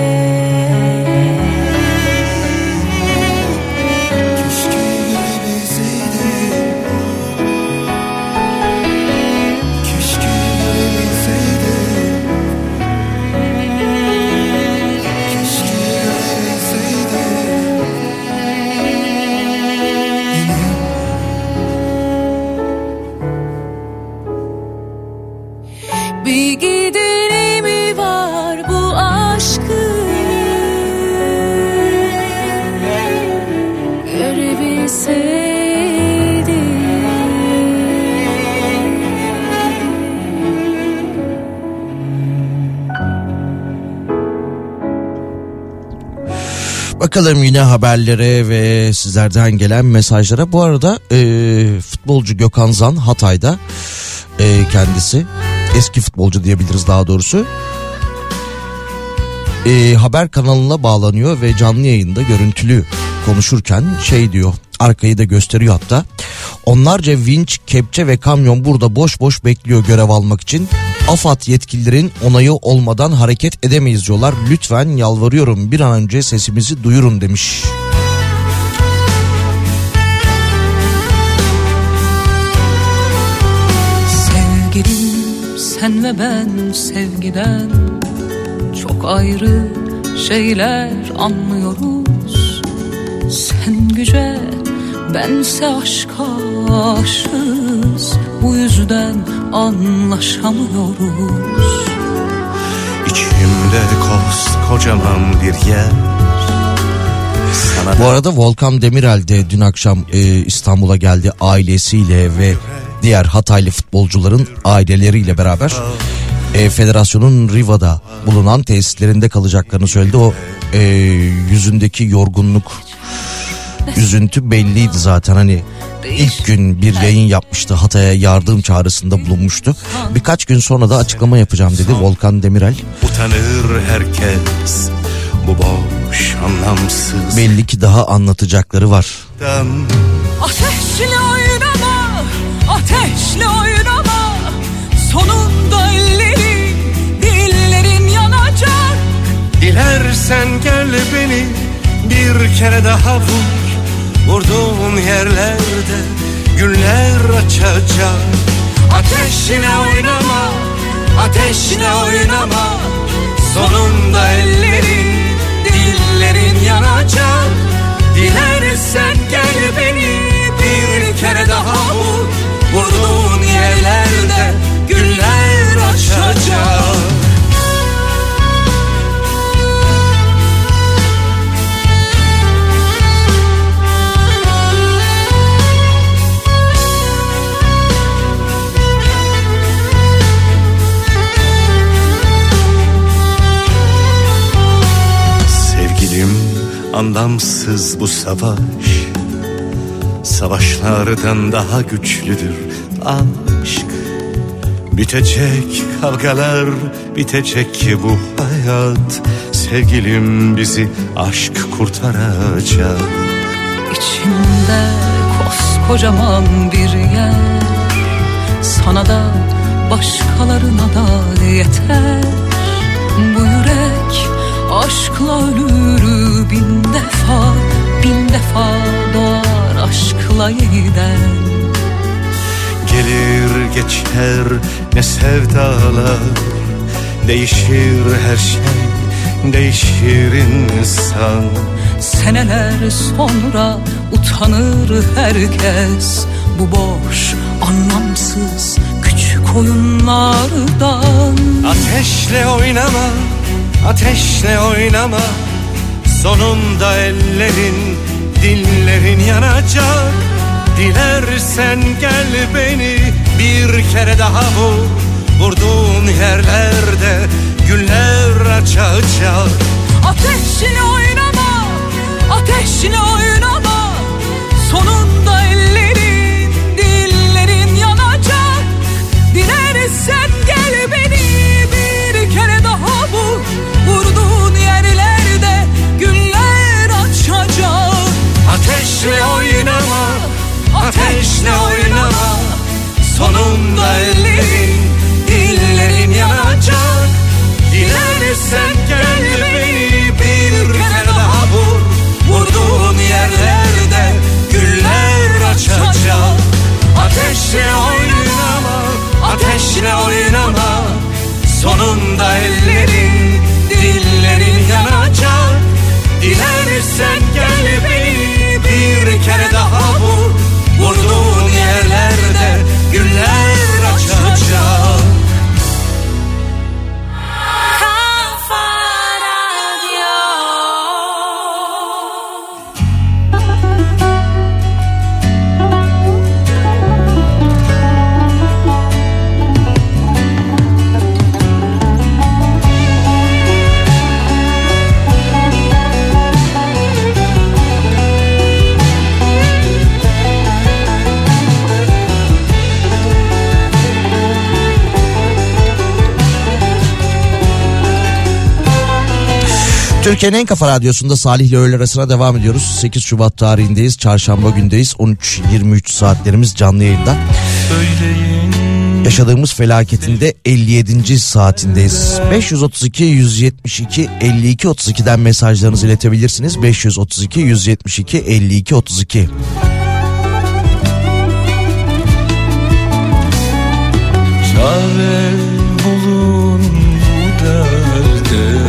Speaker 3: Bir gideni mi var bu aşkın? Görebilseydim.
Speaker 4: Bakalım yine haberlere ve sizlerden gelen mesajlara. Bu arada e, futbolcu Gökhan Zan Hatay'da, e, kendisi eski futbolcu diyebiliriz daha doğrusu. E, haber kanalına bağlanıyor ve canlı yayında görüntülü konuşurken şey diyor, arkayı da gösteriyor hatta. Onlarca vinç, kepçe ve kamyon burada boş boş bekliyor görev almak için. AFAD yetkililerin onayı olmadan hareket edemeyiz diyorlar. Lütfen yalvarıyorum bir an önce sesimizi duyurun demiş.
Speaker 8: Sevgilim, sen ve ben sevgiden çok ayrı şeyler anlıyoruz. Sen güce, bense aşka aşığız. Bu yüzden anlaşamıyoruz.
Speaker 9: İçimde koskocaman bir yer.
Speaker 4: Bu arada Volkan Demirel de dün akşam e, İstanbul'a geldi ailesiyle ve diğer Hataylı futbolcuların aileleriyle beraber. E, federasyonun Riva'da bulunan tesislerinde kalacaklarını söyledi. O e, yüzündeki yorgunluk, üzüntü belliydi zaten. Hani ilk gün bir yayın yapmıştı, Hatay'a yardım çağrısında bulunmuştu. Birkaç gün sonra da açıklama yapacağım dedi Volkan Demirel.
Speaker 9: Utanır herkes bu boş anlamsız.
Speaker 4: Belli ki daha anlatacakları var.
Speaker 8: Ateşle oynama, ateşle oynama. Sonunda ellerin, dillerin yanacak.
Speaker 9: Dilersen gel beni Bir kere daha vur, vurduğun yerlerde güller açacak. Ateşine oynama, ateşine oynama, sonunda ellerin, dillerin yanacak. Dilersen gel beni bir kere daha vur, vurduğun yerlerde güller açacak. Anlamsız bu savaş, savaşlardan daha güçlüdür aşk. Bitecek kavgalar, bitecek ki bu hayat. Sevgilim bizi aşk kurtaracak.
Speaker 8: İçimde koskocaman bir yer, sana da başkalarına da yeter. Bu yürek aşkla ölür bin defa, bin defa doğar aşkla yeniden.
Speaker 9: Gelir geçer ne sevdalar, değişir her şey, değişir insan.
Speaker 8: Seneler sonra utanır herkes bu boş, anlamsız küçük oyunlardan.
Speaker 9: Ateşle oynama, ateşle oynama, sonunda ellerin, dillerin yanacak. Dilersen gel beni bir kere daha vur, vurduğun yerlerde güller açacak.
Speaker 8: Ateşle oynama, ateşle oynama, sonunda ellerin, dillerin yanacak. Dilersen gel beni bir kere daha vur, vurduğun yerlerde güller açacak.
Speaker 9: Ateşle oynama, ateşle oynama, sonunda ellerin, dillerin yanacak. Dilersen gel beni bir kere daha vur, vurduğun yerlerde güller açacak. Ateşle oynama, ateşle oynama, sonunda ellerin, dillerin yanacak. Dilersen gel beni bir kere daha vur, vurduğun yerlerde güller açacak.
Speaker 4: Türkiye'nin en kafa radyosunda Salih ile öğle arasına devam ediyoruz. sekiz Şubat tarihindeyiz. Çarşamba gündeyiz. on üç yirmi üç saatlerimiz canlı yayında. Yaşadığımız felaketinde elli yedinci saatindeyiz. beş yüz otuz iki yüz yetmiş iki elli iki otuz iki'den mesajlarınızı iletebilirsiniz. beş yüz otuz iki yüz yetmiş iki elli iki otuz iki.
Speaker 10: Çare bulun bu derde,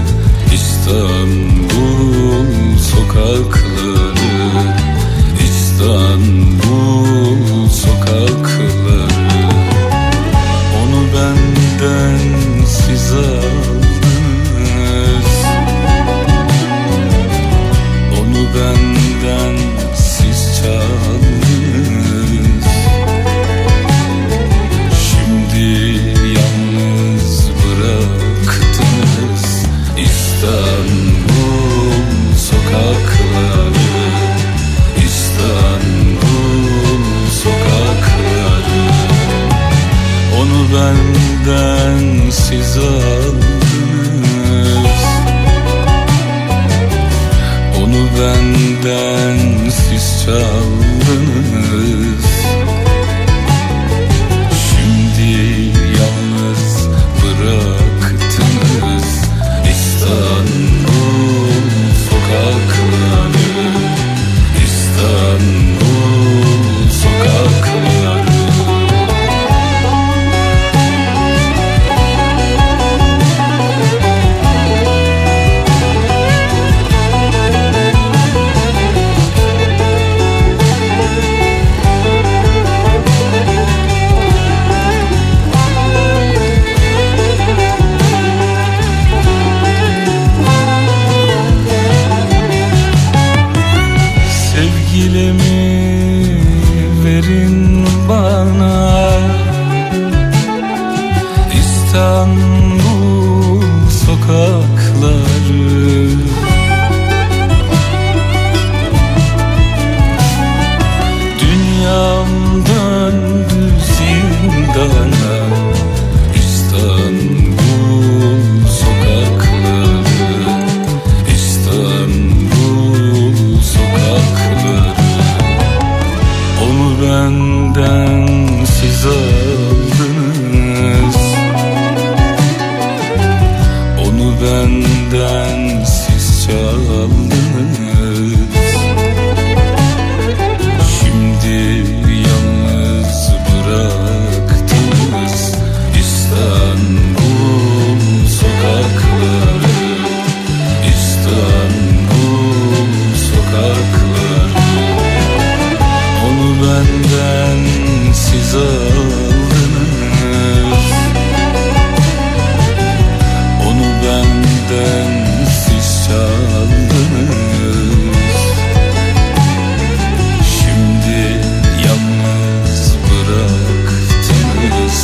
Speaker 10: İstanbul sokakları, İstanbul sokakları. Onu benden siz aldınız, onu benden siz çaldınız. Şimdi yalnız bıraktınız İstanbul sokakları, İstanbul sokakları. Onu benden siz aldınız, onu benden siz çaldınız. Şimdi yalnız bıraktınız İstanbul sokakları, benden siz aldınız, onu benden siz çaldınız. Şimdi yalnız bıraktınız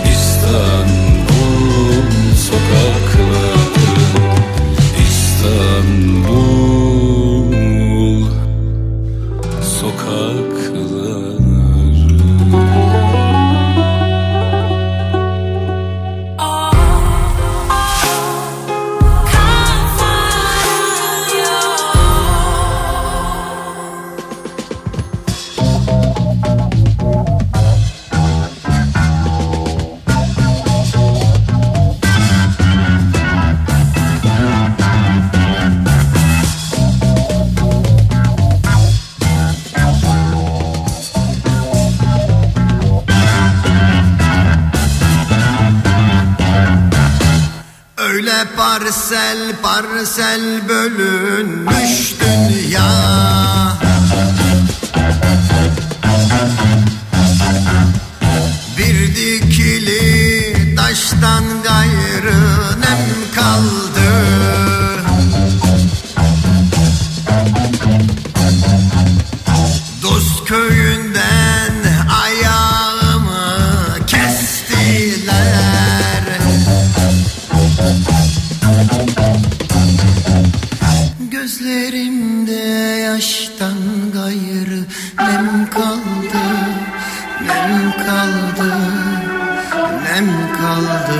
Speaker 10: İstanbul sokakları, İstanbul sokakları.
Speaker 11: Öyle parsel parsel bölünmüş dünya, bir dikili taştan gayrı nem kaldı. Dost köyünden ayağımı kestiler. Gözlerimde yaştan gayrı nem kaldı, nem kaldı, nem kaldı.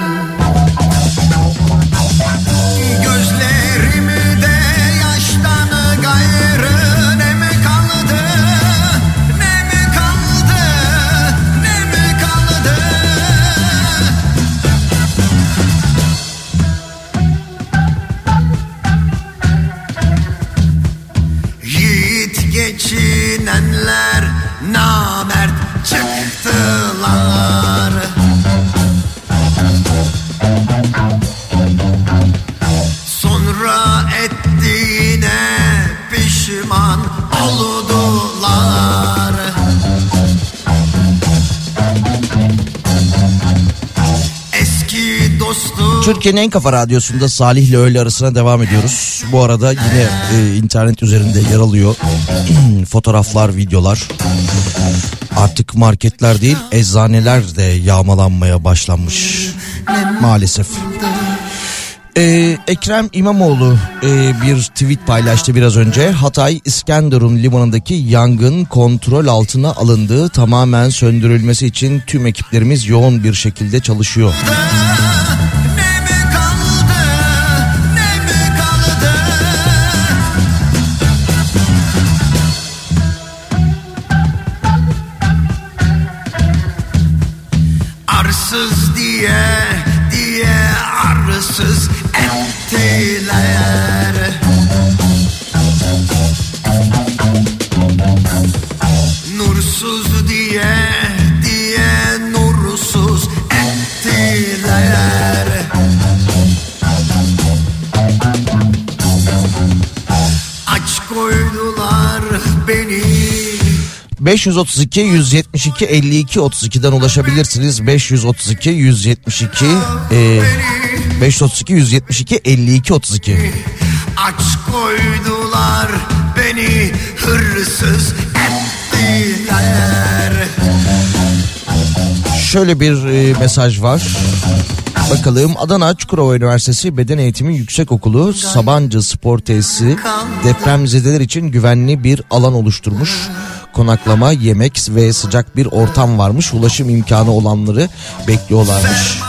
Speaker 11: Gözlerimde yaştan gayrı nem kaldı, nem kaldı, nem kaldı. Yiğit geçinenler namert çıktılar. Sonra ettiğine pişman oldular. Eski dostu.
Speaker 4: Türkiye'nin en kafa radyosunda Salih'le öğle arasına devam ediyoruz. Bu arada yine e, internet üzerinde yer alıyor fotoğraflar, videolar. Artık marketler değil, eczaneler de yağmalanmaya başlanmış maalesef. Ee, Ekrem İmamoğlu e, bir tweet paylaştı biraz önce. Hatay İskenderun limanındaki yangın kontrol altına alındı. Tamamen söndürülmesi için tüm ekiplerimiz yoğun bir şekilde çalışıyor.
Speaker 11: Arsız diye diye arsız ettiler. Nursuz diye diye nursuz ettiler. Aç koydular beni.
Speaker 4: beş yüz otuz iki yüz yetmiş iki elli iki otuz iki'den ulaşabilirsiniz. beş yüz otuz iki yüz yetmiş iki e, beş yüz otuz iki yüz yetmiş iki elli iki otuz iki.
Speaker 11: Aç koydular beni, hırsız ettiler.
Speaker 4: Şöyle bir e, mesaj var. Bakalım, Adana Çukurova Üniversitesi Beden Eğitimi Yüksekokulu Sabancı Spor Tesisi depremzedeler için güvenli bir alan oluşturmuş. Konaklama, yemek ve sıcak bir ortam varmış. Ulaşım imkanı olanları bekliyorlarmış.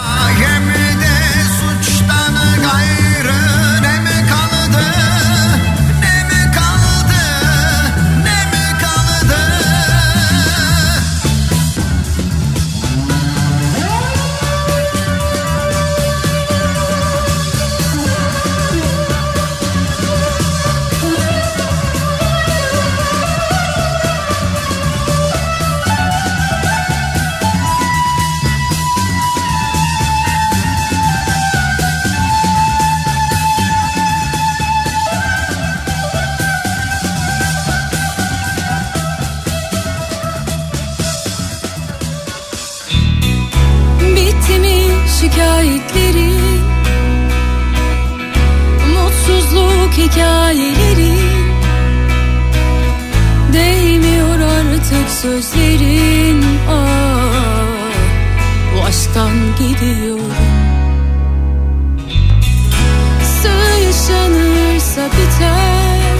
Speaker 3: şikayetlerin, mutsuzluk hikayelerin, değmiyor artık sözlerin. Ah, bu aşktan gidiyorum. Sığ yaşanırsa biter,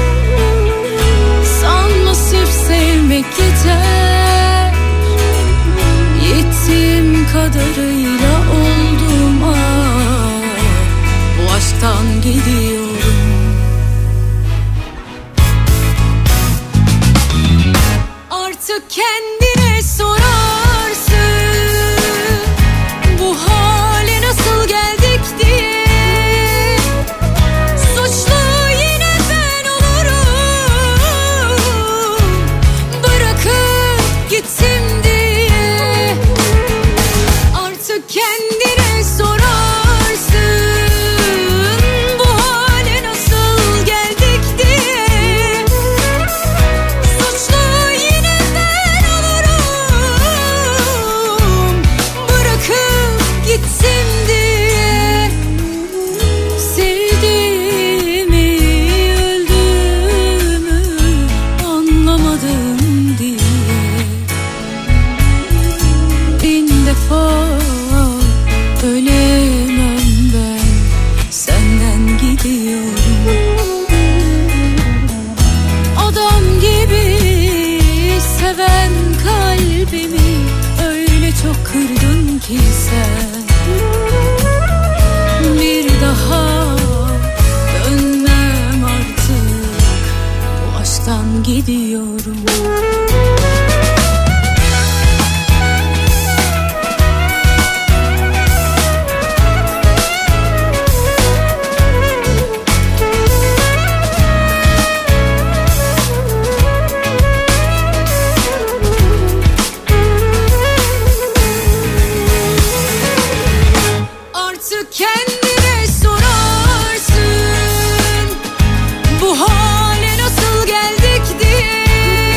Speaker 3: sanma sırf sevmek yeter. Yettiğim kadarıyla oldum. Ah, bu aşktan gidiyorum. Artık kendine sorarsın, bu hale nasıl geldik diye. Suçlu yine ben olurum, bırakıp gittim diye. Artık kendine sorarsın, bu hale nasıl geldik diye. Suçlu yine ben olurum, bırakıp gittim diye. Sevdiğimi, öldüğümü anlamadım diye. Bin defa ölemem ben, senden gidiyorum. Adam gibi seven kalbimi öyle çok kırdın ki sen. Bir daha dönmem artık, bu aşktan gidiyorum. Artık kendine sorarsın, bu hale nasıl geldik diye.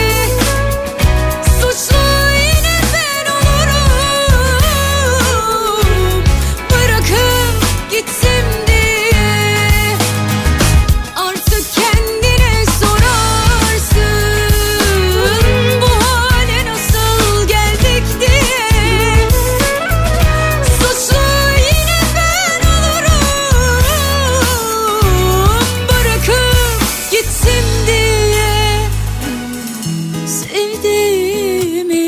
Speaker 3: Suçlu yine ben olurum, bırakıp gittim diye. Artık kendine sorarsın, bu hale nasıl geldik diye. Suçlu yine ben olurum, bırakıp gittim diye. Sevdiğimi,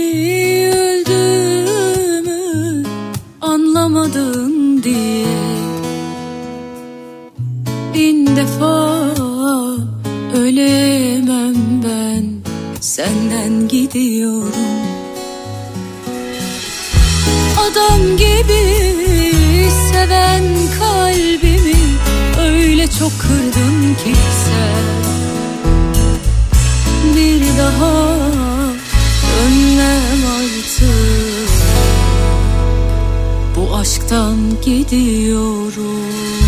Speaker 3: öldüğümü anlamadın diye. Bin defa ölemem ben, senden gidiyorum. Adam gibi seven kalbimi öyle çok kırdın ki sen. Bir daha dönmem artık, bu aşktan gidiyorum.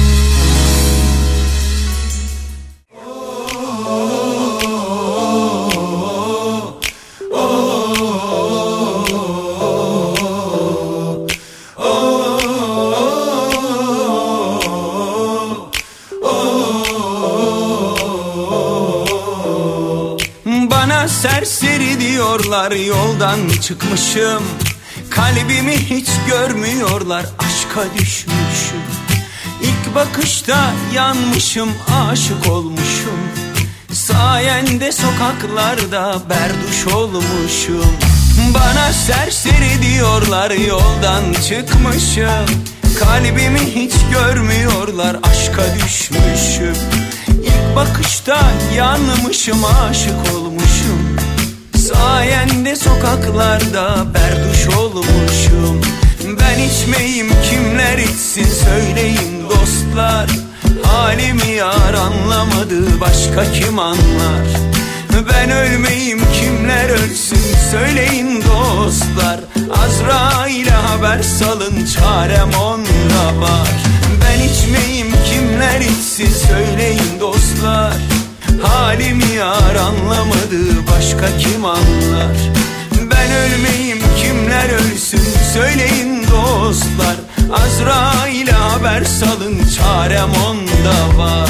Speaker 9: Bana serseri diyorlar, yoldan çıkmışım. Kalbimi hiç görmüyorlar, aşka düşmüşüm. İlk bakışta yanmışım, aşık olmuşum. Sayende sokaklarda berduş olmuşum. Bana serseri diyorlar, yoldan çıkmışım. Kalbimi hiç görmüyorlar, aşka düşmüşüm. İlk bakışta yanmışım, aşık olmuşum. Sayende sokaklarda berduş olmuşum. Ben içmeyim, kimler içsin söyleyin dostlar. Halimi yar anlamadı, başka kim anlar? Ben ölmeyim, kimler ölsün söyleyin dostlar. Azrail'e haber salın, çarem onda var. Ben içmeyim, kimler içsin söyleyin dostlar. Halimi yar anlamadı, başka kim anlar? Ben ölmeyim, kimler ölsün söyleyin dostlar. Azrail'e haber salın, çarem onda var.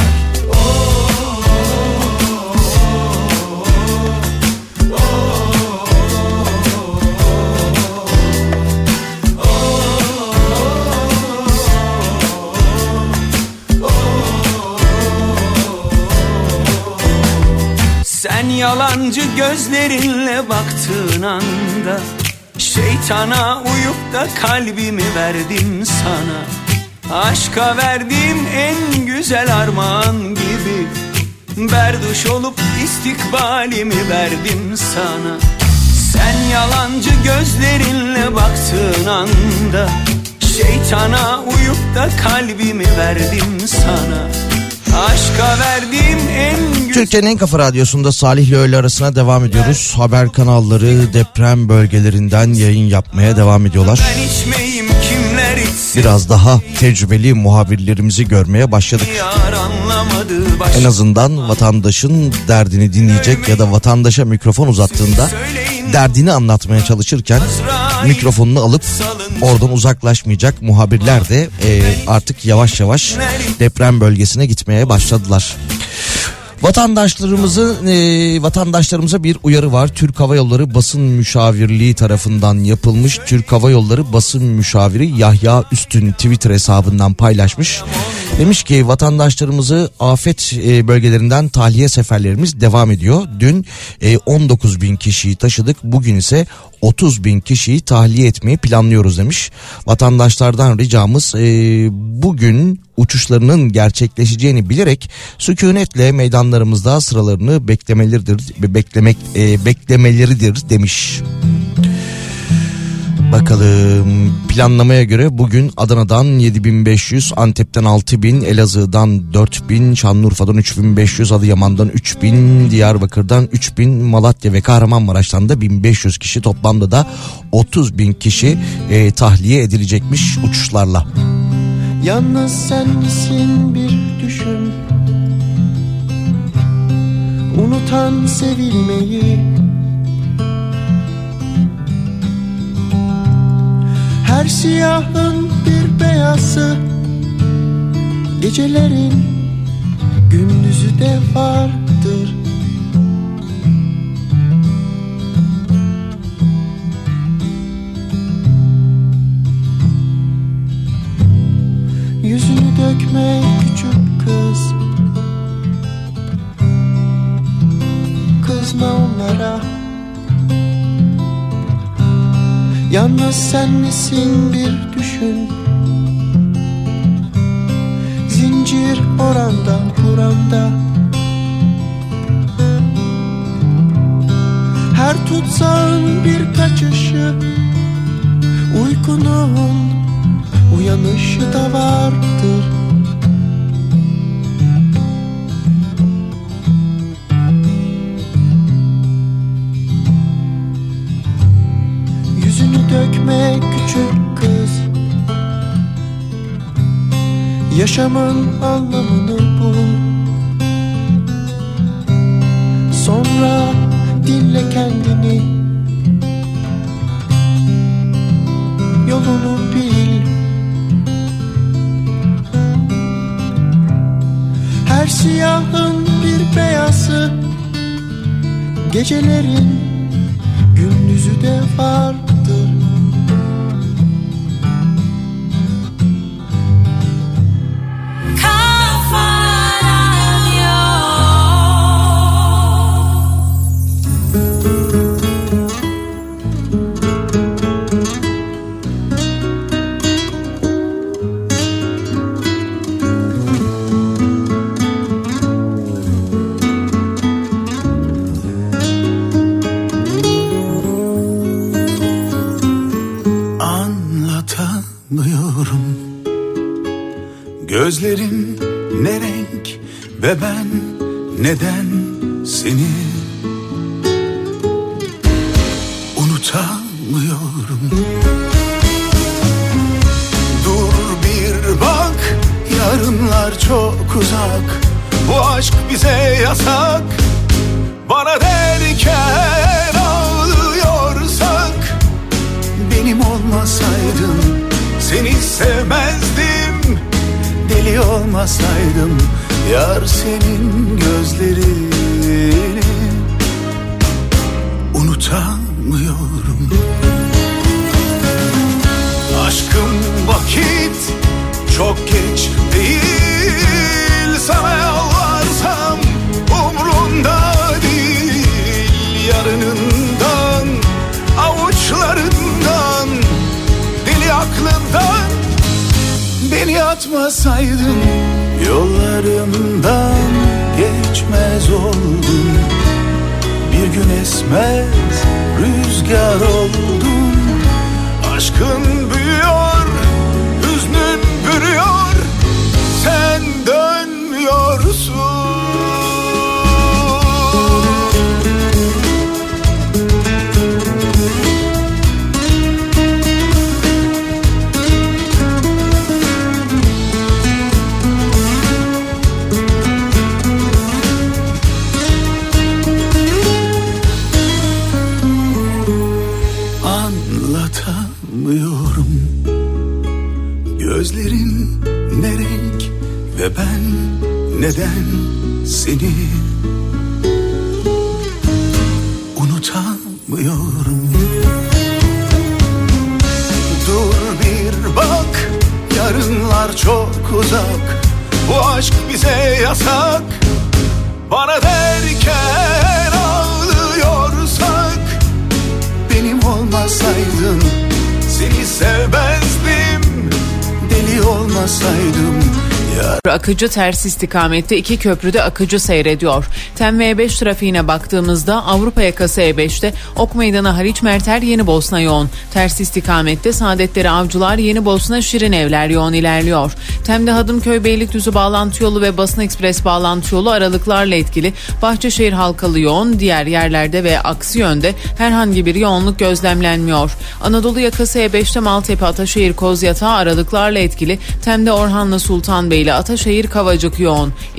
Speaker 9: Sen yalancı gözlerinle baktığın anda şeytana uyup da kalbimi verdim sana. Aşka verdiğim en güzel armağan gibi berduş olup istikbalimi verdim sana. Sen yalancı gözlerinle baktığın anda şeytana uyup da kalbimi verdim sana. Aşka verdiğim en güzel...
Speaker 4: Türkiye'nin en kafa radyosunda Salih ile öğle arasına devam ediyoruz. Haber kanalları deprem bölgelerinden yayın yapmaya devam ediyorlar.
Speaker 9: Ben içmeyeyim, kimler içsin?
Speaker 4: Biraz daha tecrübeli muhabirlerimizi görmeye başladık. En azından vatandaşın derdini dinleyecek ya da vatandaşa mikrofon uzattığında derdini anlatmaya çalışırken mikrofonunu alıp oradan uzaklaşmayacak muhabirler de e, artık yavaş yavaş deprem bölgesine gitmeye başladılar. Vatandaşlarımızı e, vatandaşlarımıza bir uyarı var. Türk Hava Yolları Basın Müşavirliği tarafından yapılmış. Türk Hava Yolları Basın Müşaviri Yahya Üstün Twitter hesabından paylaşmış. Demiş ki vatandaşlarımızı afet e, bölgelerinden tahliye seferlerimiz devam ediyor. Dün e, on dokuz bin kişiyi taşıdık. Bugün ise otuz bin kişiyi tahliye etmeyi planlıyoruz demiş. Vatandaşlardan ricamız e, bugün uçuşlarının gerçekleşeceğini bilerek sükunetle meydanlarımızda sıralarını beklemeleridir, beklemek e, beklemeleridir demiş. Bakalım, planlamaya göre bugün Adana'dan yedi bin beş yüz, Antep'ten altı bin, Elazığ'dan dört bin, Şanlıurfa'dan üç bin beş yüz, Adıyaman'dan üç bin, Diyarbakır'dan üç bin, Malatya ve Kahramanmaraş'tan da bin beş yüz kişi, toplamda da otuz bin kişi e, tahliye edilecekmiş uçuşlarla.
Speaker 12: Yalnız sen misin bir düşün, unutan sevilmeyi. Her siyahın bir beyazı, gecelerin gündüzü de vardır. Yüzünü dökme küçük kız, kızma onlara. Yalnız sen misin bir düşün, zincir oranda buranda. Her tutsağın bir kaçışı, uykunun uyanışı da vardır. Yüzünü dökme küçük kız, yaşamın anlamını bul. Sonra dinle kendini, yolunu bil. Her siyahın bir beyazı, gecelerin gündüzü de vardır.
Speaker 13: Gözlerin ne renk ve ben neden seni unutamıyorum. Dur bir bak, yarınlar çok uzak. Bu aşk bize yasak. Bana derken ağlıyorsak, benim olmasaydın seni sevmem. olmasaydım yar senin gözlerini unutamıyorum. Aşkım vakit çok geç değil, sana yalvarsam umrunda değil. Yarınından, avuçlarından, deli aklından beni atmasaydın yollarımdan geçmez oldun. Bir gün esmez rüzgar oldun. Aşkın büyüyor, hüznün bürüyor, sen dönmüyorsun. Anlatamıyorum. Gözlerin ne renk ve ben neden seni unutamıyorum. Dur bir bak, yarınlar çok uzak. Bu aşk bize yasak. Bana derken ağlıyorsak, benim olmasaydın seni sevmezdim, deli olmasaydım ya.
Speaker 14: Akıcı ters istikamette iki köprüde akıcı seyrediyor. Tem ve E beş trafiğine baktığımızda Avrupa yakası E beşte Ok Meydanı Haliç Merter Yeni Bosna yoğun. Ters istikamette Saadetleri Avcılar Yeni Bosna Şirin Evler yoğun ilerliyor. Tem'de Hadımköy Beylikdüzü bağlantı yolu ve Basın Ekspres bağlantı yolu aralıklarla etkili. Bahçeşehir Halkalı yoğun, diğer yerlerde ve aksi yönde herhangi bir yoğunluk gözlemlenmiyor. Anadolu yakası E beşte Maltepe Ataşehir Kozyatağı aralıklarla etkili. Tem'de Orhanlı Sultanbeyli Ataşehir Kavacık yoğun.